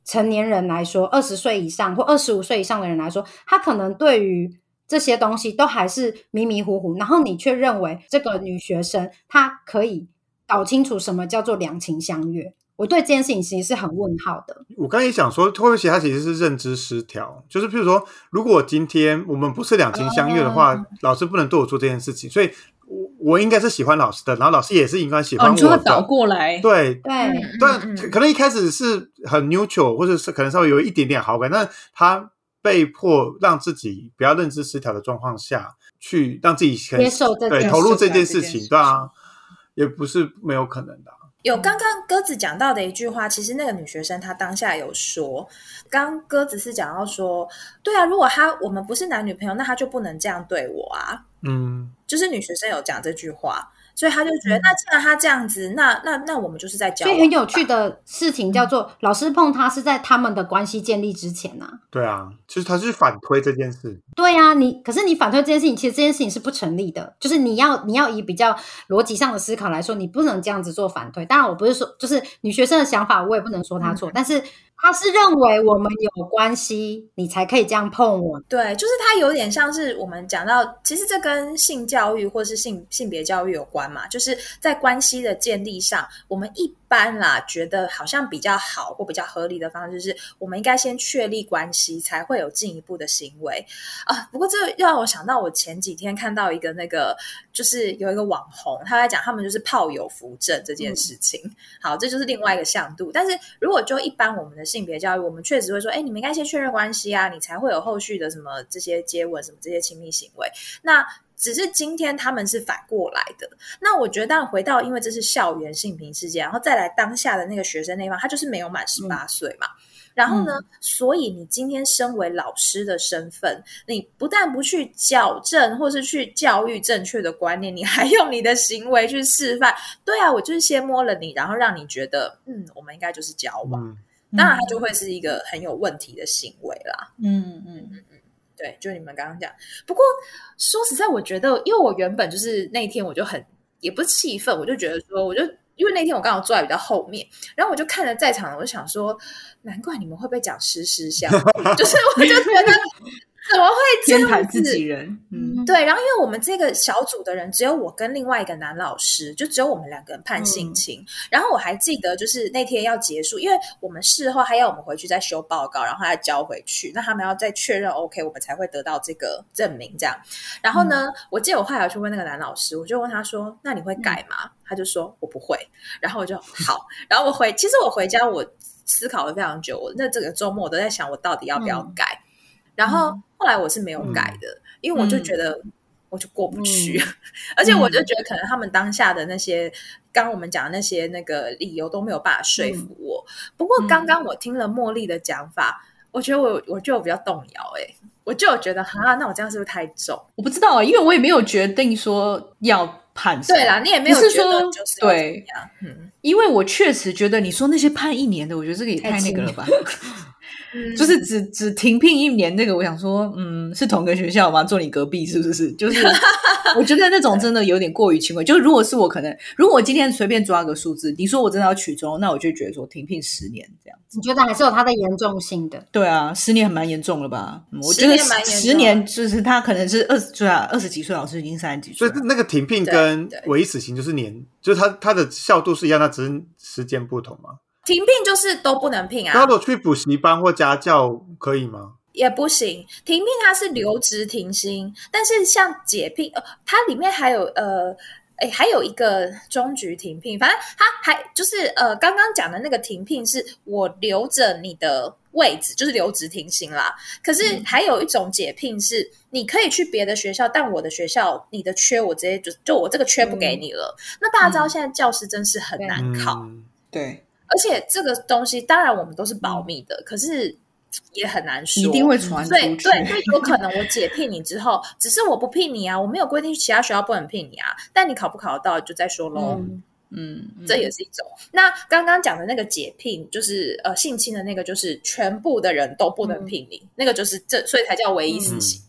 Speaker 2: 成年人来说，二十岁以上或二十五岁以上的人来说，他可能对于这些东西都还是迷迷糊糊，然后你却认为这个女学生她可以搞清楚什么叫做两情相悦。我对这件事情其实是很问号的。
Speaker 4: 我刚才也想说，会不会其实他其实是认知失调？就是譬如说，如果今天我们不是两情相悦的话，哦、老师不能对我做这件事情，所以我我应该是喜欢老师的，然后老师也是应该喜欢我的。哦，
Speaker 3: 你说倒过来，
Speaker 4: 对
Speaker 2: 对，
Speaker 4: 但可能一开始是很 neutral， 或者是可能稍微有一点点好感，但他被迫让自己不要认知失调的状况下去让自己
Speaker 2: 接受这件
Speaker 4: 对投入这件事情，对啊，也不是没有可能的、啊。
Speaker 1: 有刚刚鸽子讲到的一句话，其实那个女学生她当下有说，刚鸽子是讲到说，对啊，如果他我们不是男女朋友，那他就不能这样对我啊，嗯，就是女学生有讲这句话，所以他就觉得，嗯、那既然他这样子，那那那我们就是在交往。
Speaker 2: 所以很有趣的事情叫做，嗯、老师碰他是在他们的关系建立之前啊。
Speaker 4: 对啊，其实他是反推这件事。
Speaker 2: 对啊，你可是你反推这件事情，其实这件事情是不成立的。就是你要你要以比较逻辑上的思考来说，你不能这样子做反推。当然，我不是说就是女学生的想法，我也不能说她错，嗯、但是他是认为我们有关系，你才可以这样碰我。
Speaker 1: 对，就是他有点像是我们讲到，其实这跟性教育或是性性别教育有关嘛，就是在关系的建立上，我们一般啦觉得好像比较好或比较合理的方式是，我们应该先确立关系，才会有进一步的行为啊。不过这让我想到，我前几天看到一个那个，就是有一个网红，他在讲他们就是炮友扶正这件事情。嗯、好，这就是另外一个向度。但是如果就一般我们的性别教育，我们确实会说，哎，你们应该先确认关系啊，你才会有后续的什么这些接吻，什么这些亲密行为。那只是今天他们是反过来的。那我觉得当然回到，因为这是校园性平事件，然后再来当下的那个学生那一方，他就是没有满十八岁嘛。嗯然后呢、嗯、所以你今天身为老师的身份，你不但不去矫正或是去教育正确的观念，你还用你的行为去示范。对啊，我就是先摸了你，然后让你觉得嗯我们应该就是交往、嗯、当然它就会是一个很有问题的行为啦。嗯嗯嗯嗯，对，就你们刚刚讲。不过说实在，我觉得因为我原本就是那一天我就很也不是气愤，我就觉得说我就因为那天我刚好坐在比较后面，然后我就看着在场的，我就想说难怪你们会被讲实施相就是我就觉得怎么会这样子？
Speaker 3: 偏袒自己人，嗯，
Speaker 1: 对。然后因为我们这个小组的人只有我跟另外一个男老师，就只有我们两个人判性侵、嗯、然后我还记得就是那天要结束，因为我们事后还要我们回去再修报告，然后再交回去，那他们要再确认 OK 我们才会得到这个证明这样。然后呢、嗯、我记得我后来去问那个男老师，我就问他说那你会改吗、嗯、他就说我不会。然后我就好，然后我回其实我回家我思考了非常久，我那这个周末我都在想我到底要不要改、嗯、然后后来我是没有改的、嗯、因为我就觉得我就过不去、嗯、而且我就觉得可能他们当下的那些刚刚我们讲的那些那个理由都没有办法说服我、嗯、不过刚刚我听了茉莉的讲法、嗯、我觉得我我就比较动摇耶、欸、我就有觉得哈，那我这样是不是太重？
Speaker 3: 我不知道，因为我也没有决定说要判什么。
Speaker 1: 对啦，你也没有觉得就是要怎么样。
Speaker 3: 嗯，因为我确实觉得你说那些判一年的，我觉得这个也太那个了吧。嗯、就是只只停聘一年，那个我想说，嗯，是同个学校吗？坐你隔壁是不是？就是我觉得那种真的有点过于轻微。就如果是我，可能如果我今天随便抓个数字，你说我真的要取中，那我就觉得说停聘十年这样子。
Speaker 2: 你觉得还是有它的严重性的？
Speaker 3: 对啊，十年还蛮严重了吧？嗯、我觉得十年就是他可能是二十岁啊，二十几岁老师已经三十几岁，
Speaker 4: 所以那个停聘跟唯一死刑就是年，就是他他的效度是一样，那只是时间不同嘛。
Speaker 1: 停聘就是都不能聘啊。
Speaker 4: 那如果去补习班或家教可以吗？
Speaker 1: 也不行。停聘它是留职停薪，但是像解聘，呃，它里面还有呃，哎，还有一个终局停聘。反正它还就是呃，刚刚讲的那个停聘是我留着你的位置，就是留职停薪啦。可是还有一种解聘是，你可以去别的学校，但我的学校你的缺我直接就就我这个缺不给你了。嗯、那大家知道现在教师真是很难考，
Speaker 3: 嗯、对。
Speaker 1: 而且这个东西当然我们都是保密的、嗯、可是也很难说，
Speaker 3: 一定会传出去。
Speaker 1: 对对，所以有可能我解聘你之后只是我不聘你啊，我没有规定其他学校不能聘你啊，但你考不考得到就再说咯。嗯嗯，这也是一种。那刚刚讲的那个解聘就是呃性侵的那个，就是全部的人都不能聘你、嗯、那个就是这所以才叫唯一死刑吧。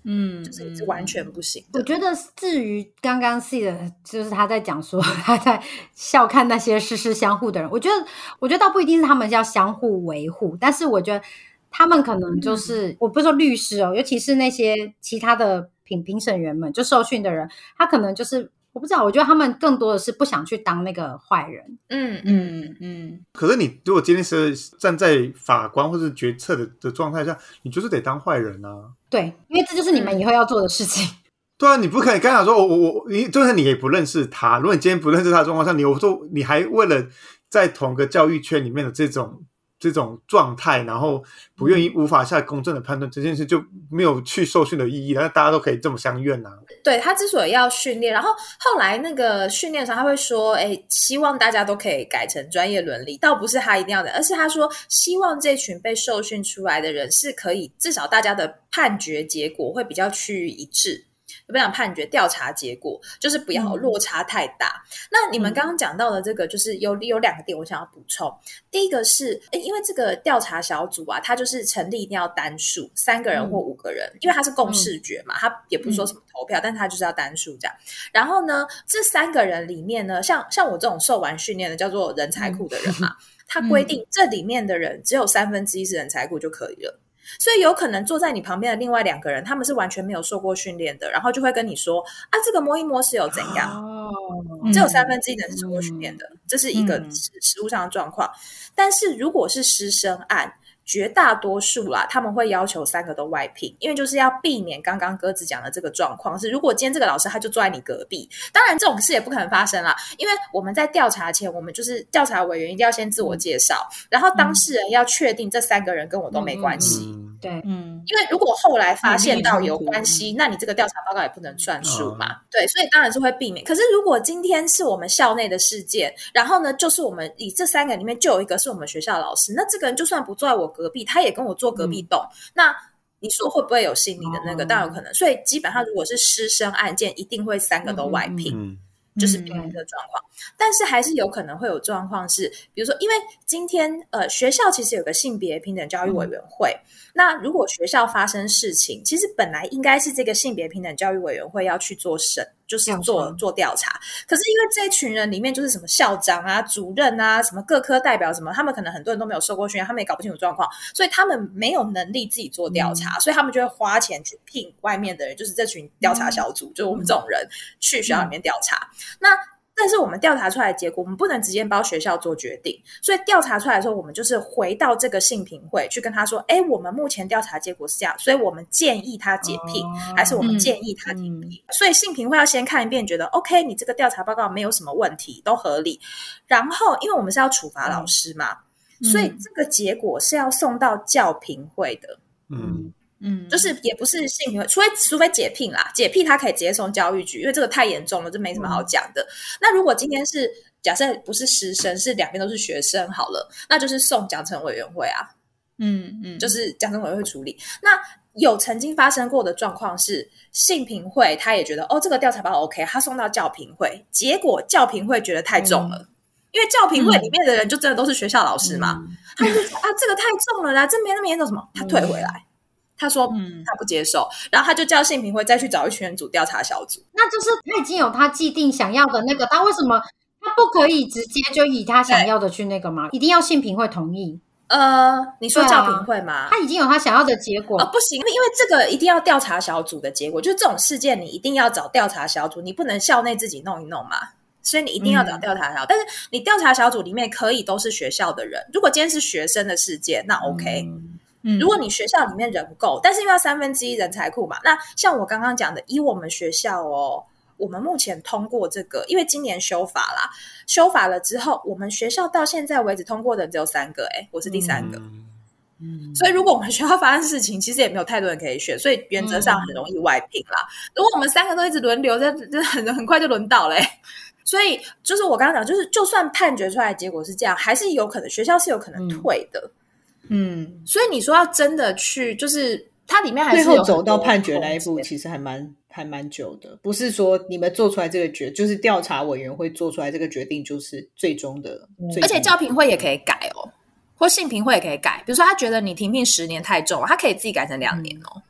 Speaker 3: 嗯，
Speaker 1: 就是是完全不行的。
Speaker 2: 我觉得至于刚刚 C 的，就是他在讲说他在笑看那些事事相互的人，我觉得我觉得倒不一定是他们要相互维护，但是我觉得他们可能就是、嗯、我不是说律师哦，尤其是那些其他的评评审员们，就受训的人，他可能就是我不知道，我觉得他们更多的是不想去当那个坏人。
Speaker 1: 嗯嗯嗯。
Speaker 4: 可是你如果今天是站在法官或是决策的的状态下，你就是得当坏人啊。
Speaker 2: 对，因为这就是你们以后要做的事情。嗯、
Speaker 4: 对啊，你不可以刚才说我我我，你就算你也不认识他，如果你今天不认识他的状况下，你我说你还为了在同个教育圈里面的这种。这种状态，然后不愿意无法下公正的判断、嗯、这件事就没有去受训的意义了，那大家都可以这么相怨啊。
Speaker 1: 对，他之所以要训练，然后后来那个训练上他会说诶希望大家都可以改成专业伦理，倒不是他一定要的，而是他说希望这群被受训出来的人是可以至少大家的判决结果会比较趋于一致，不想判决调查结果就是不要落差太大、嗯、那你们刚刚讲到的这个就是有有两个点我想要补充。第一个是因为这个调查小组啊，它就是成立一定要单数三个人或五个人、嗯、因为它是共视觉嘛、嗯、它也不是说什么投票、嗯、但是它就是要单数这样。然后呢这三个人里面呢，像像我这种受完训练的叫做人才库的人嘛、嗯、它规定这里面的人只有三分之一是人才库就可以了，所以有可能坐在你旁边的另外两个人他们是完全没有受过训练的，然后就会跟你说啊这个摸一摸是有怎样、哦、只有三分之一人是受过训练的、嗯、这是一个实务上的状况、嗯、但是如果是师生案绝大多数啦他们会要求三个都外聘，因为就是要避免刚刚鸽子讲的这个状况，是如果今天这个老师他就坐在你隔壁，当然这种事也不可能发生啦，因为我们在调查前我们就是调查委员一定要先自我介绍、嗯、然后当事人要确定这三个人跟我都没关系、嗯、
Speaker 2: 对，
Speaker 1: 嗯，因为如果后来发现到有关系、嗯、那你这个调查报告也不能算数嘛、嗯、对，所以当然是会避免。可是如果今天是我们校内的事件，然后呢就是我们以这三个里面就有一个是我们学校的老师，那这个人就算不坐在我隔壁他也跟我坐隔壁栋、嗯、那你说会不会有心理的那个、哦、当然有可能。所以基本上如果是师生案件一定会三个都外聘、嗯、就是避免这个状况、嗯、但是还是有可能会有状况是比如说因为今天呃学校其实有个性别平等教育委员会、嗯、那如果学校发生事情，其实本来应该是这个性别平等教育委员会要去做审，就是做做调查，可是因为这一群人里面就是什么校长啊主任啊什么各科代表什么，他们可能很多人都没有受过训练，他们也搞不清楚状况，所以他们没有能力自己做调查、嗯、所以他们就会花钱去聘外面的人，就是这群调查小组、嗯、就是我们这种人去学校里面调查、嗯、那但是我们调查出来的结果我们不能直接帮学校做决定，所以调查出来的时候我们就是回到这个性平会去跟他说诶我们目前调查结果是这样，所以我们建议他解聘、哦、还是我们建议他停聘、嗯、所以性平会要先看一遍觉得 OK 你这个调查报告没有什么问题都合理，然后因为我们是要处罚老师嘛、嗯、所以这个结果是要送到教评会的。嗯嗯，就是也不是性平会，除非除非解聘啦，解聘他可以直接送教育局，因为这个太严重了，这没什么好讲的、嗯、那如果今天是假设不是师生，是两边都是学生好了，那就是送奖惩委员会啊。嗯嗯，就是奖惩委员会处理。那有曾经发生过的状况是性平会他也觉得哦这个调查报告 OK， 他送到教评会，结果教评会觉得太重了、嗯、因为教评会里面的人就真的都是学校老师嘛、嗯、他就说啊这个太重了啦，这没那么严重什么，他退回来、嗯他说他不接受、嗯、然后他就叫性平会再去找一群人组调查小组。
Speaker 2: 那就是他已经有他既定想要的那个，他为什么他不可以直接就以他想要的去那个吗？一定要性平会同意？
Speaker 1: 呃，你说教评会吗、啊、
Speaker 2: 他已经有他想要的结果、
Speaker 1: 呃、不行，因为这个一定要调查小组的结果，就是这种事件你一定要找调查小组，你不能校内自己弄一弄嘛，所以你一定要找调查小组、嗯、但是你调查小组里面可以都是学校的人，如果今天是学生的事件那 OK、嗯如果你学校里面人够，但是因为要三分之一人才库嘛，那像我刚刚讲的以我们学校哦，我们目前通过这个，因为今年修法啦，修法了之后我们学校到现在为止通过的只有三个，诶我是第三个、嗯嗯、所以如果我们学校发生事情其实也没有太多人可以选，所以原则上很容易外聘啦、嗯、如果我们三个都一直轮流，这这很很快就轮到了诶所以就是我刚刚讲，就是就算判决出来的结果是这样，还是有可能学校是有可能退的。嗯，所以你说要真的去，就是它里面还是有
Speaker 3: 最后走到判决那一步，其实还蛮还蛮久的。不是说你们做出来这个决，就是调查委员会做出来这个决定，就是最终的。
Speaker 1: 嗯、最终的而且教评会也可以改哦，或性评会也可以改。比如说他觉得你停聘十年太重，他可以自己改成两年哦。嗯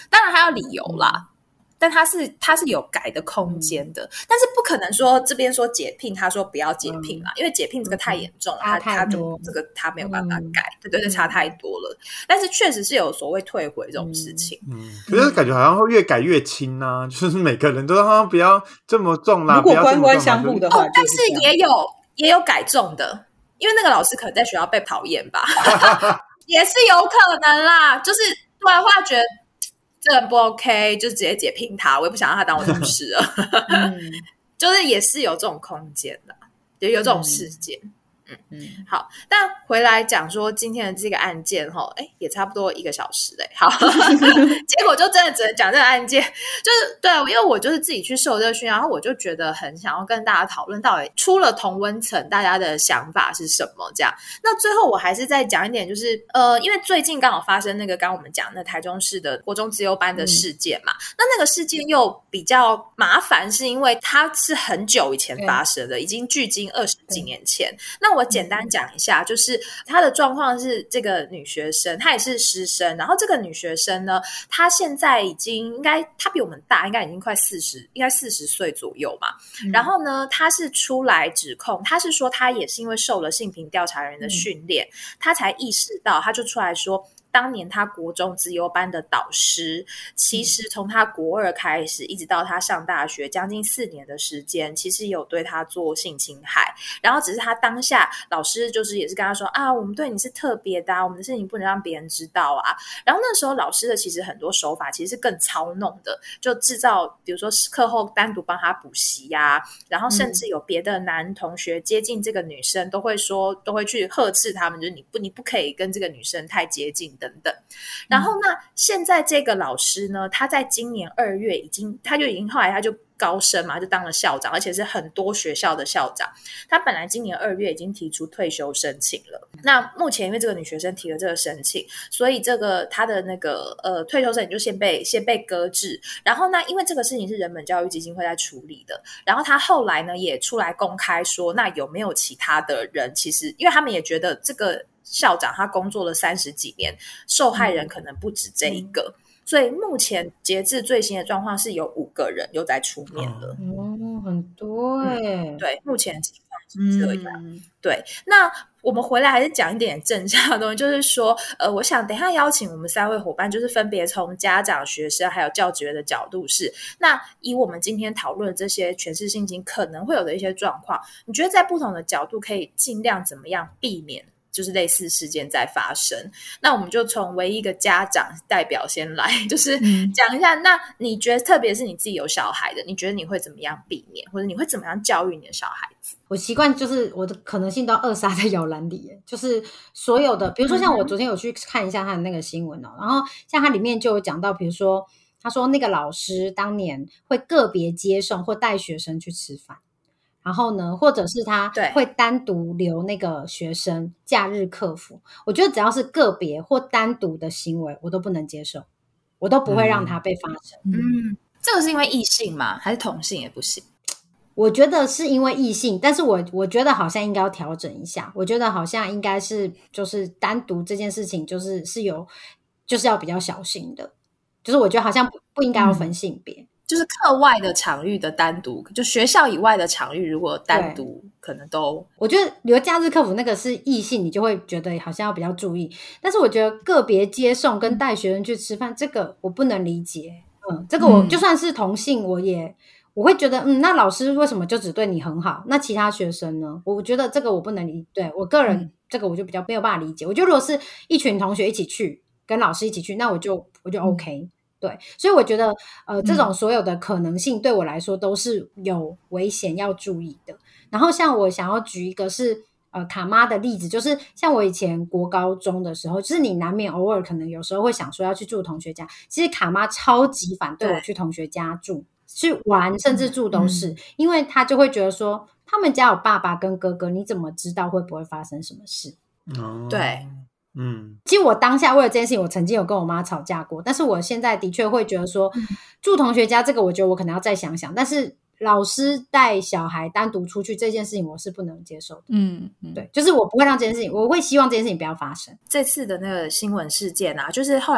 Speaker 1: 当然还有理由啦。嗯，但他是他是有改的空间的，嗯，但是不可能说这边说解聘，他说不要解聘啦，嗯，因为解聘这个太严重了，嗯，他他就这个他没有办法改，嗯，对对对，差太多了。但是确实是有所谓退回这种事情，
Speaker 4: 嗯，可是感觉好像会越改越轻啊，就是每个人都让他不要这么重啦，
Speaker 5: 如果官官相护的话，
Speaker 1: 哦，但是也有也有改重的，因为那个老师可能在学校被讨厌吧，也是有可能啦，就是突然会觉得。这人不 OK， 就直接解聘他，我也不想让他当我同事了。嗯，就是也是有这种空间的，也有这种事件。嗯嗯嗯，好，但回来讲说今天的这个案件哈，哎，也差不多一个小时嘞。好，结果就真的只能讲这个案件，就是对，因为我就是自己去受这个训，然后我就觉得很想要跟大家讨论，到底出了同温层，大家的想法是什么？这样，那最后我还是再讲一点，就是呃，因为最近刚好发生那个刚刚我们讲的台中市的国中资优班的事件嘛，嗯，那那个事件又比较麻烦，是因为它是很久以前发生的，已经距今二十几年前。那我简单讲一下，就是她的状况是这个女学生，她也是师生，然后这个女学生呢，她现在已经应该她比我们大，应该已经快四十，应该四十岁左右嘛。嗯，然后呢，她是出来指控，她是说她也是因为受了性平调查人的训练，嗯，她才意识到，她就出来说。当年他国中资优班的导师，其实从他国二开始一直到他上大学将近四年的时间，其实有对他做性侵害，然后只是他当下老师就是也是跟他说啊，我们对你是特别的啊，我们的事情不能让别人知道啊。然后那时候老师的其实很多手法其实是更操弄的，就制造比如说课后单独帮他补习啊，然后甚至有别的男同学接近这个女生，都会说都会去呵斥他们，就是你不你不可以跟这个女生太接近的。等等，然后呢？现在这个老师呢，他在今年二月已经，他就已经后来他就高升嘛，就当了校长，而且是很多学校的校长。他本来今年二月已经提出退休申请了，那目前因为这个女学生提了这个申请，所以这个他的那个呃退休申请就先被先被搁置。然后呢，因为这个事情是人本教育基金会在处理的，然后他后来呢也出来公开说，那有没有其他的人？其实因为他们也觉得这个。校长他工作了三十几年，受害人可能不止这一个，嗯，所以目前截至最新的状况是有五个人又在出面了。
Speaker 2: 哦，很多耶，
Speaker 1: 嗯，对，目前的情况是这样。嗯，对，那我们回来还是讲一点正向的东西，就是说，呃，我想等一下邀请我们三位伙伴，就是分别从家长、学生还有教职员的角度是，那以我们今天讨论的这些权势性侵可能会有的一些状况，你觉得在不同的角度可以尽量怎么样避免？就是类似事件在发生，那我们就从唯一一个家长代表先来，就是讲一下，嗯，那你觉得特别是你自己有小孩的，你觉得你会怎么样避免，或者你会怎么样教育你的小孩子？
Speaker 2: 我习惯就是我的可能性都要扼杀在摇篮里，就是所有的，比如说像我昨天有去看一下他的那个新闻哦，然后像他里面就有讲到，比如说他说那个老师当年会个别接送或带学生去吃饭。然后呢，或者是他会单独留那个学生假日课辅，我觉得只要是个别或单独的行为，我都不能接受，我都不会让它被发生。
Speaker 1: 嗯，嗯，这个是因为异性吗？还是同性也不行？
Speaker 2: 我觉得是因为异性，但是我我觉得好像应该要调整一下。我觉得好像应该是就是单独这件事情，就是是有就是要比较小心的，就是我觉得好像不不应该要分性别。嗯，
Speaker 1: 就是课外的场域的单独，就学校以外的场域如果单独可能都，
Speaker 2: 我觉得留假日课辅那个是异性，你就会觉得好像要比较注意，但是我觉得个别接送跟带学生去吃饭，嗯，这个我不能理解。嗯，这个我就算是同性，我也我会觉得嗯，那老师为什么就只对你很好，那其他学生呢？我觉得这个我不能理，对我个人，嗯，这个我就比较没有办法理解。我觉得如果是一群同学一起去跟老师一起去，那我就我就 OK。嗯，对，所以我觉得呃，这种所有的可能性对我来说都是有危险要注意的。然后像我想要举一个是呃卡妈的例子，就是像我以前国高中的时候，就是你难免偶尔可能有时候会想说要去住同学家，其实卡妈超级反对我去同学家住，去玩甚至住都是，嗯，因为她就会觉得说他们家有爸爸跟哥哥，你怎么知道会不会发生什么事？
Speaker 4: 哦，
Speaker 1: 对。
Speaker 2: 嗯，其实我当下为了这件事情，我曾经有跟我妈吵架过，但是我现在的确会觉得说，嗯，住同学家这个，我觉得我可能要再想想。但是老师带小孩单独出去这件事情，我是不能接受的。嗯，嗯对，就是我不会让这件事情，我会希望这件事情不要发生。
Speaker 1: 这次的那个新闻事件啊，就是后来他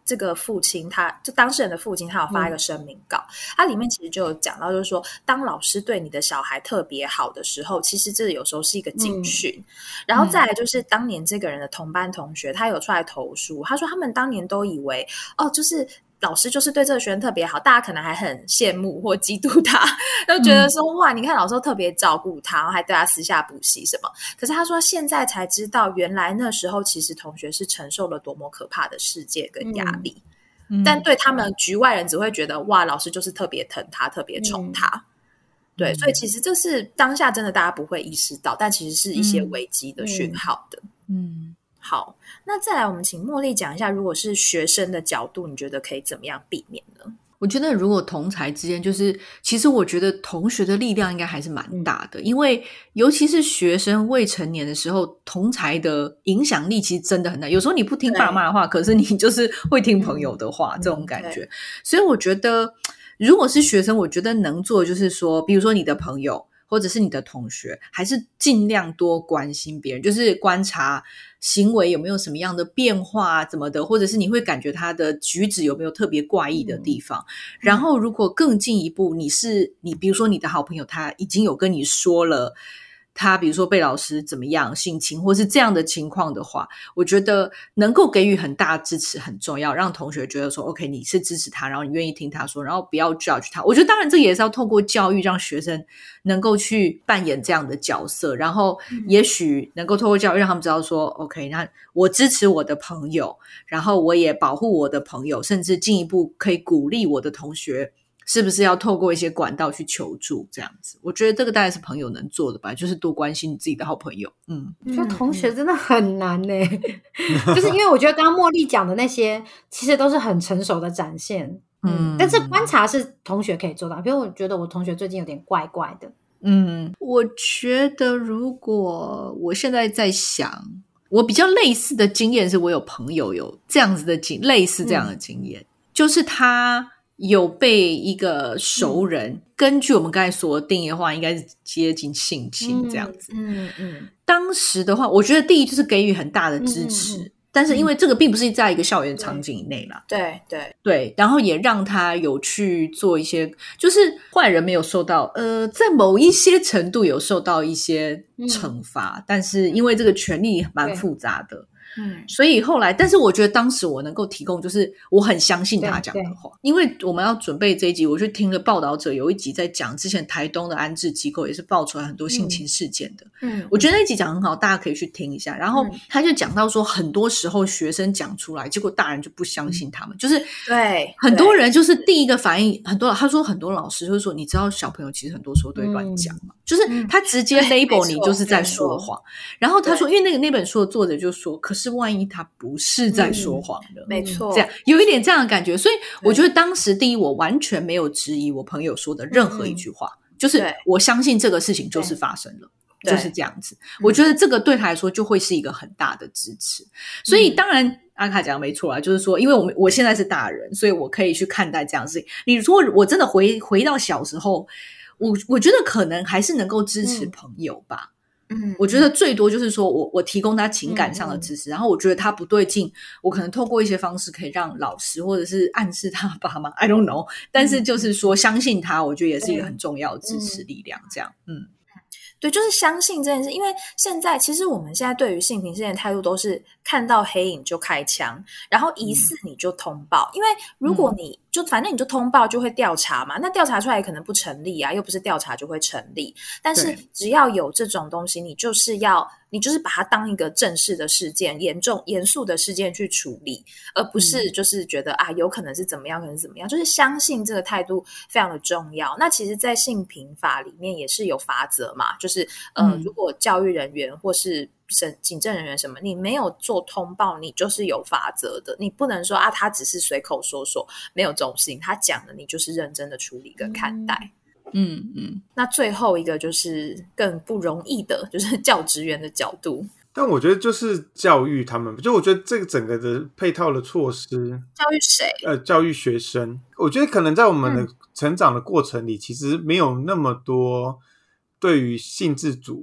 Speaker 1: 这个父亲他就当事人的父亲他有发一个声明稿，他、嗯、里面其实就有讲到就是说当老师对你的小孩特别好的时候，其实这有时候是一个警讯、嗯、然后再来就是当年这个人的同班同学他有出来投诉，他说他们当年都以为哦就是老师就是对这个学生特别好，大家可能还很羡慕或嫉妒他，就觉得说、嗯、哇你看老师特别照顾他，然后还对他私下补习什么，可是他说现在才知道原来那时候其实同学是承受了多么可怕的世界跟压力、嗯、但对他们局外人只会觉得哇老师就是特别疼他特别宠他、嗯、对，所以其实这是当下真的大家不会意识到，但其实是一些危机的讯号的。嗯, 嗯好，那再来我们请茉莉讲一下，如果是学生的角度，你觉得可以怎么样避免呢？
Speaker 3: 我觉得如果同侪之间，就是其实我觉得同学的力量应该还是蛮大的、嗯、因为尤其是学生未成年的时候，同侪的影响力其实真的很大，有时候你不听爸妈的话，可是你就是会听朋友的话、嗯、这种感觉。所以我觉得如果是学生，我觉得能做就是说比如说你的朋友或者是你的同学，还是尽量多关心别人，就是观察行为有没有什么样的变化怎么的，或者是你会感觉他的举止有没有特别怪异的地方、嗯、然后如果更进一步，你是你比如说你的好朋友他已经有跟你说了他比如说被老师怎么样性侵或是这样的情况的话，我觉得能够给予很大支持很重要，让同学觉得说 OK 你是支持他，然后你愿意听他说，然后不要 judge 他。我觉得当然这也是要透过教育让学生能够去扮演这样的角色，然后也许能够透过教育让他们知道说 OK 那我支持我的朋友，然后我也保护我的朋友，甚至进一步可以鼓励我的同学是不是要透过一些管道去求助这样子。我觉得这个大概是朋友能做的吧，就是多关心你自己的好朋友。嗯，
Speaker 2: 我觉得同学真的很难耶就是因为我觉得刚刚茉莉讲的那些其实都是很成熟的展现，嗯，但是观察是同学可以做到，比如我觉得我同学最近有点怪怪的。
Speaker 3: 嗯，我觉得如果我现在在想，我比较类似的经验是我有朋友有这样子的经类似这样的经验、嗯、就是他有被一个熟人、嗯、根据我们刚才所定义的话应该是接近性侵这样子。嗯 嗯, 嗯，当时的话我觉得第一就是给予很大的支持、嗯嗯，但是因为这个并不是在一个校园场景以内啦，
Speaker 1: 对对
Speaker 3: 对，然后也让他有去做一些，就是坏人没有受到呃，在某一些程度有受到一些惩罚、嗯、但是因为这个权力蛮复杂的，嗯，所以后来但是我觉得当时我能够提供就是我很相信他讲的话，因为我们要准备这一集，我去听了报道者有一集在讲之前台东的安置机构也是爆出来很多性侵事件的，嗯，我觉得那一集讲很好，大家可以去听一下。然后他就讲到说很多时候学生讲出来结果大人就不相信他们、嗯、就是
Speaker 1: 对
Speaker 3: 很多人就是第一个反应，很多他说很多老师就是说你知道小朋友其实很多时候都会乱讲嘛、嗯、就是他直接 label 你就是在说谎、嗯、然后他说因为那个那本书的作者就说可是万一他不是在说谎的、嗯、
Speaker 1: 没错，
Speaker 3: 这样有一点这样的感觉。所以我觉得当时第一我完全没有质疑我朋友说的任何一句话、嗯、就是我相信这个事情就是发生了，就是这样子。我觉得这个对他来说就会是一个很大的支持、嗯、所以当然阿卡讲的没错啦，就是说因为我们我现在是大人，所以我可以去看待这样的事情。你说我真的回回到小时候，我我觉得可能还是能够支持朋友吧、嗯，我觉得最多就是说我我提供他情感上的支持、嗯、然后我觉得他不对劲，我可能透过一些方式可以让老师或者是暗示他爸妈 I don't know， 但是就是说相信他，我觉得也是一个很重要的支持力量这样。嗯，
Speaker 1: 对，就是相信这件事。因为现在其实我们现在对于性平事件的态度都是看到黑影就开枪，然后疑似你就通报、嗯、因为如果你就反正你就通报就会调查嘛，那调查出来可能不成立啊，又不是调查就会成立，但是只要有这种东西你就是要你就是把它当一个正式的事件，严重严肃的事件去处理，而不是就是觉得、嗯、啊有可能是怎么样可能是怎么样，就是相信这个态度非常的重要。那其实在性平法里面也是有法则嘛，就是呃、嗯，如果教育人员或是警政人员什么你没有做通报，你就是有法则的，你不能说啊他只是随口说说，没有这种事情，他讲的你就是认真的处理跟看待。
Speaker 3: 嗯嗯，
Speaker 1: 那最后一个就是更不容易的，就是教职员的角度。
Speaker 4: 但我觉得就是教育他们，就我觉得这个整个的配套的措施，
Speaker 1: 教育谁？
Speaker 4: 呃，教育学生。我觉得可能在我们的成长的过程里、嗯、其实没有那么多对于性自主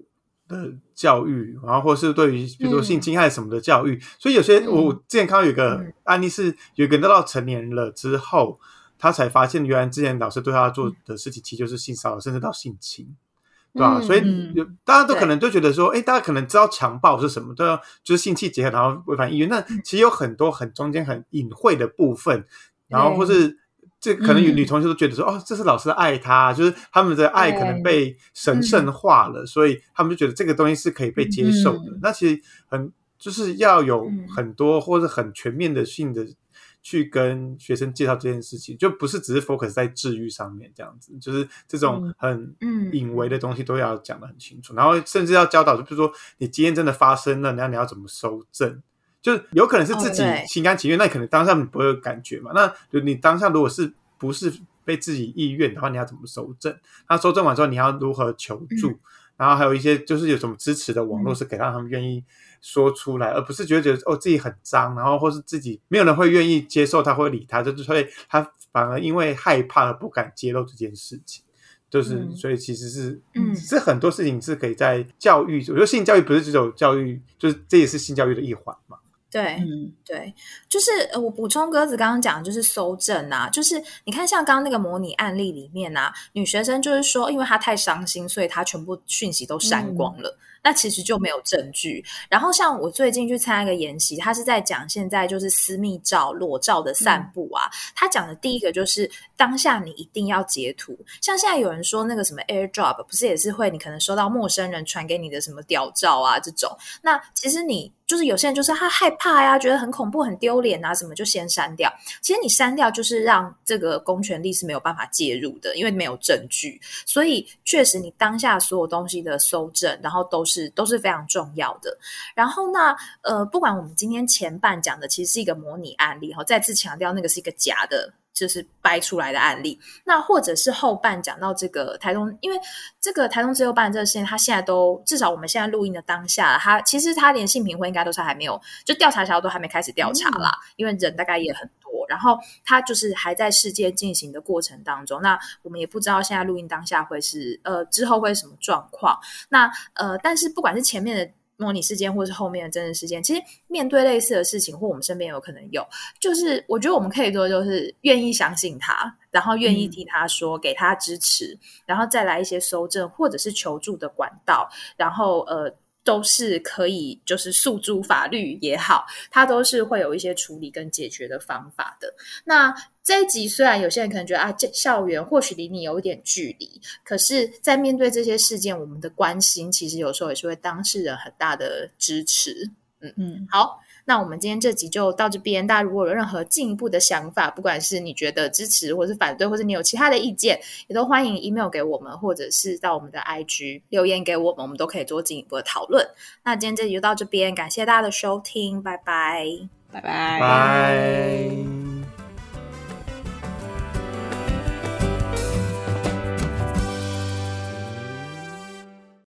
Speaker 4: 的教育，然后或是对于比如说性侵害什么的教育、嗯、所以有些我之前看到有一个案例是有一个人到成年了之后他才发现原来之前老师对他做的事情其实就是性骚扰甚至到性侵，对吧、啊嗯、所以大家都可能就觉得说哎，大家可能知道强暴是什么，对啊，就是性器结合然后违反意愿，那其实有很多很中间很隐晦的部分，然后或是这可能有女同学都觉得说、嗯、哦，这是老师爱他，就是他们的爱可能被神圣化了、嗯、所以他们就觉得这个东西是可以被接受的、嗯、那其实很就是要有很多或者很全面的性的去跟学生介绍这件事情，就不是只是 focus 在治愈上面这样子，就是这种很隐微的东西都要讲得很清楚，然后甚至要教导就比如说你今天真的发生了，那你要怎么收正，就是有可能是自己心甘情愿、哦、那可能当下你不会有感觉嘛，那就你当下如果是不是被自己意愿的话，你要怎么收正，那收正完之后你要如何求助、嗯、然后还有一些就是有什么支持的网络是给让他们愿意说出来、嗯、而不是觉得觉得哦自己很脏，然后或是自己没有人会愿意接受他会理他，就是会他反而因为害怕而不敢揭露这件事情，就是、嗯、所以其实是嗯，是很多事情是可以在教育，我觉得性教育不是只有教育，就是这也是性教育的一环嘛。
Speaker 1: 对、嗯、对，就是呃，我补充鸽子刚刚讲的就是搜证啊，就是你看像刚刚那个模拟案例里面啊，女学生就是说因为她太伤心，所以她全部讯息都删光了、嗯、那其实就没有证据。然后像我最近去参加一个研习，他是在讲现在就是私密照裸照的散布啊、嗯、他讲的第一个就是当下你一定要截图，像现在有人说那个什么 AirDrop 不是也是会你可能收到陌生人传给你的什么屌照啊这种，那其实你就是有些人就是他害怕呀，觉得很恐怖很丢脸啊什么就先删掉，其实你删掉就是让这个公权力是没有办法介入的，因为没有证据，所以确实你当下所有东西的搜证然后都是都是非常重要的。然后那呃，不管我们今天前半讲的其实是一个模拟案例，再次强调那个是一个假的就是掰出来的案例，那或者是后半讲到这个台东，因为这个台东自由办这个事情，他现在都至少我们现在录音的当下，他其实他连性平会应该都是还没有，就调查小组都还没开始调查啦、嗯、因为人大概也很多，然后他就是还在事件进行的过程当中，那我们也不知道现在录音当下会是呃之后会是什么状况，那呃但是不管是前面的模拟事件或是后面的真实事件，其实面对类似的事情或我们身边有可能有，就是我觉得我们可以做就是愿意相信他，然后愿意替他说、嗯、给他支持，然后再来一些搜证或者是求助的管道，然后呃都是可以就是诉诸法律也好，它都是会有一些处理跟解决的方法的。那这一集虽然有些人可能觉得啊，校园或许离你有一点距离，可是在面对这些事件，我们的关心其实有时候也是会当事人很大的支持。嗯嗯，好，那我们今天这集就到这边，大家如果有任何进一步的想法，不管是你觉得支持或是反对，或者你有其他的意见，也都欢迎 email 给我们，或者是到我们的 I G 留言给我们，我们都可以做进一步的讨论。那今天这集就到这边，感谢大家的收听，拜拜，
Speaker 3: 拜拜，
Speaker 4: 拜。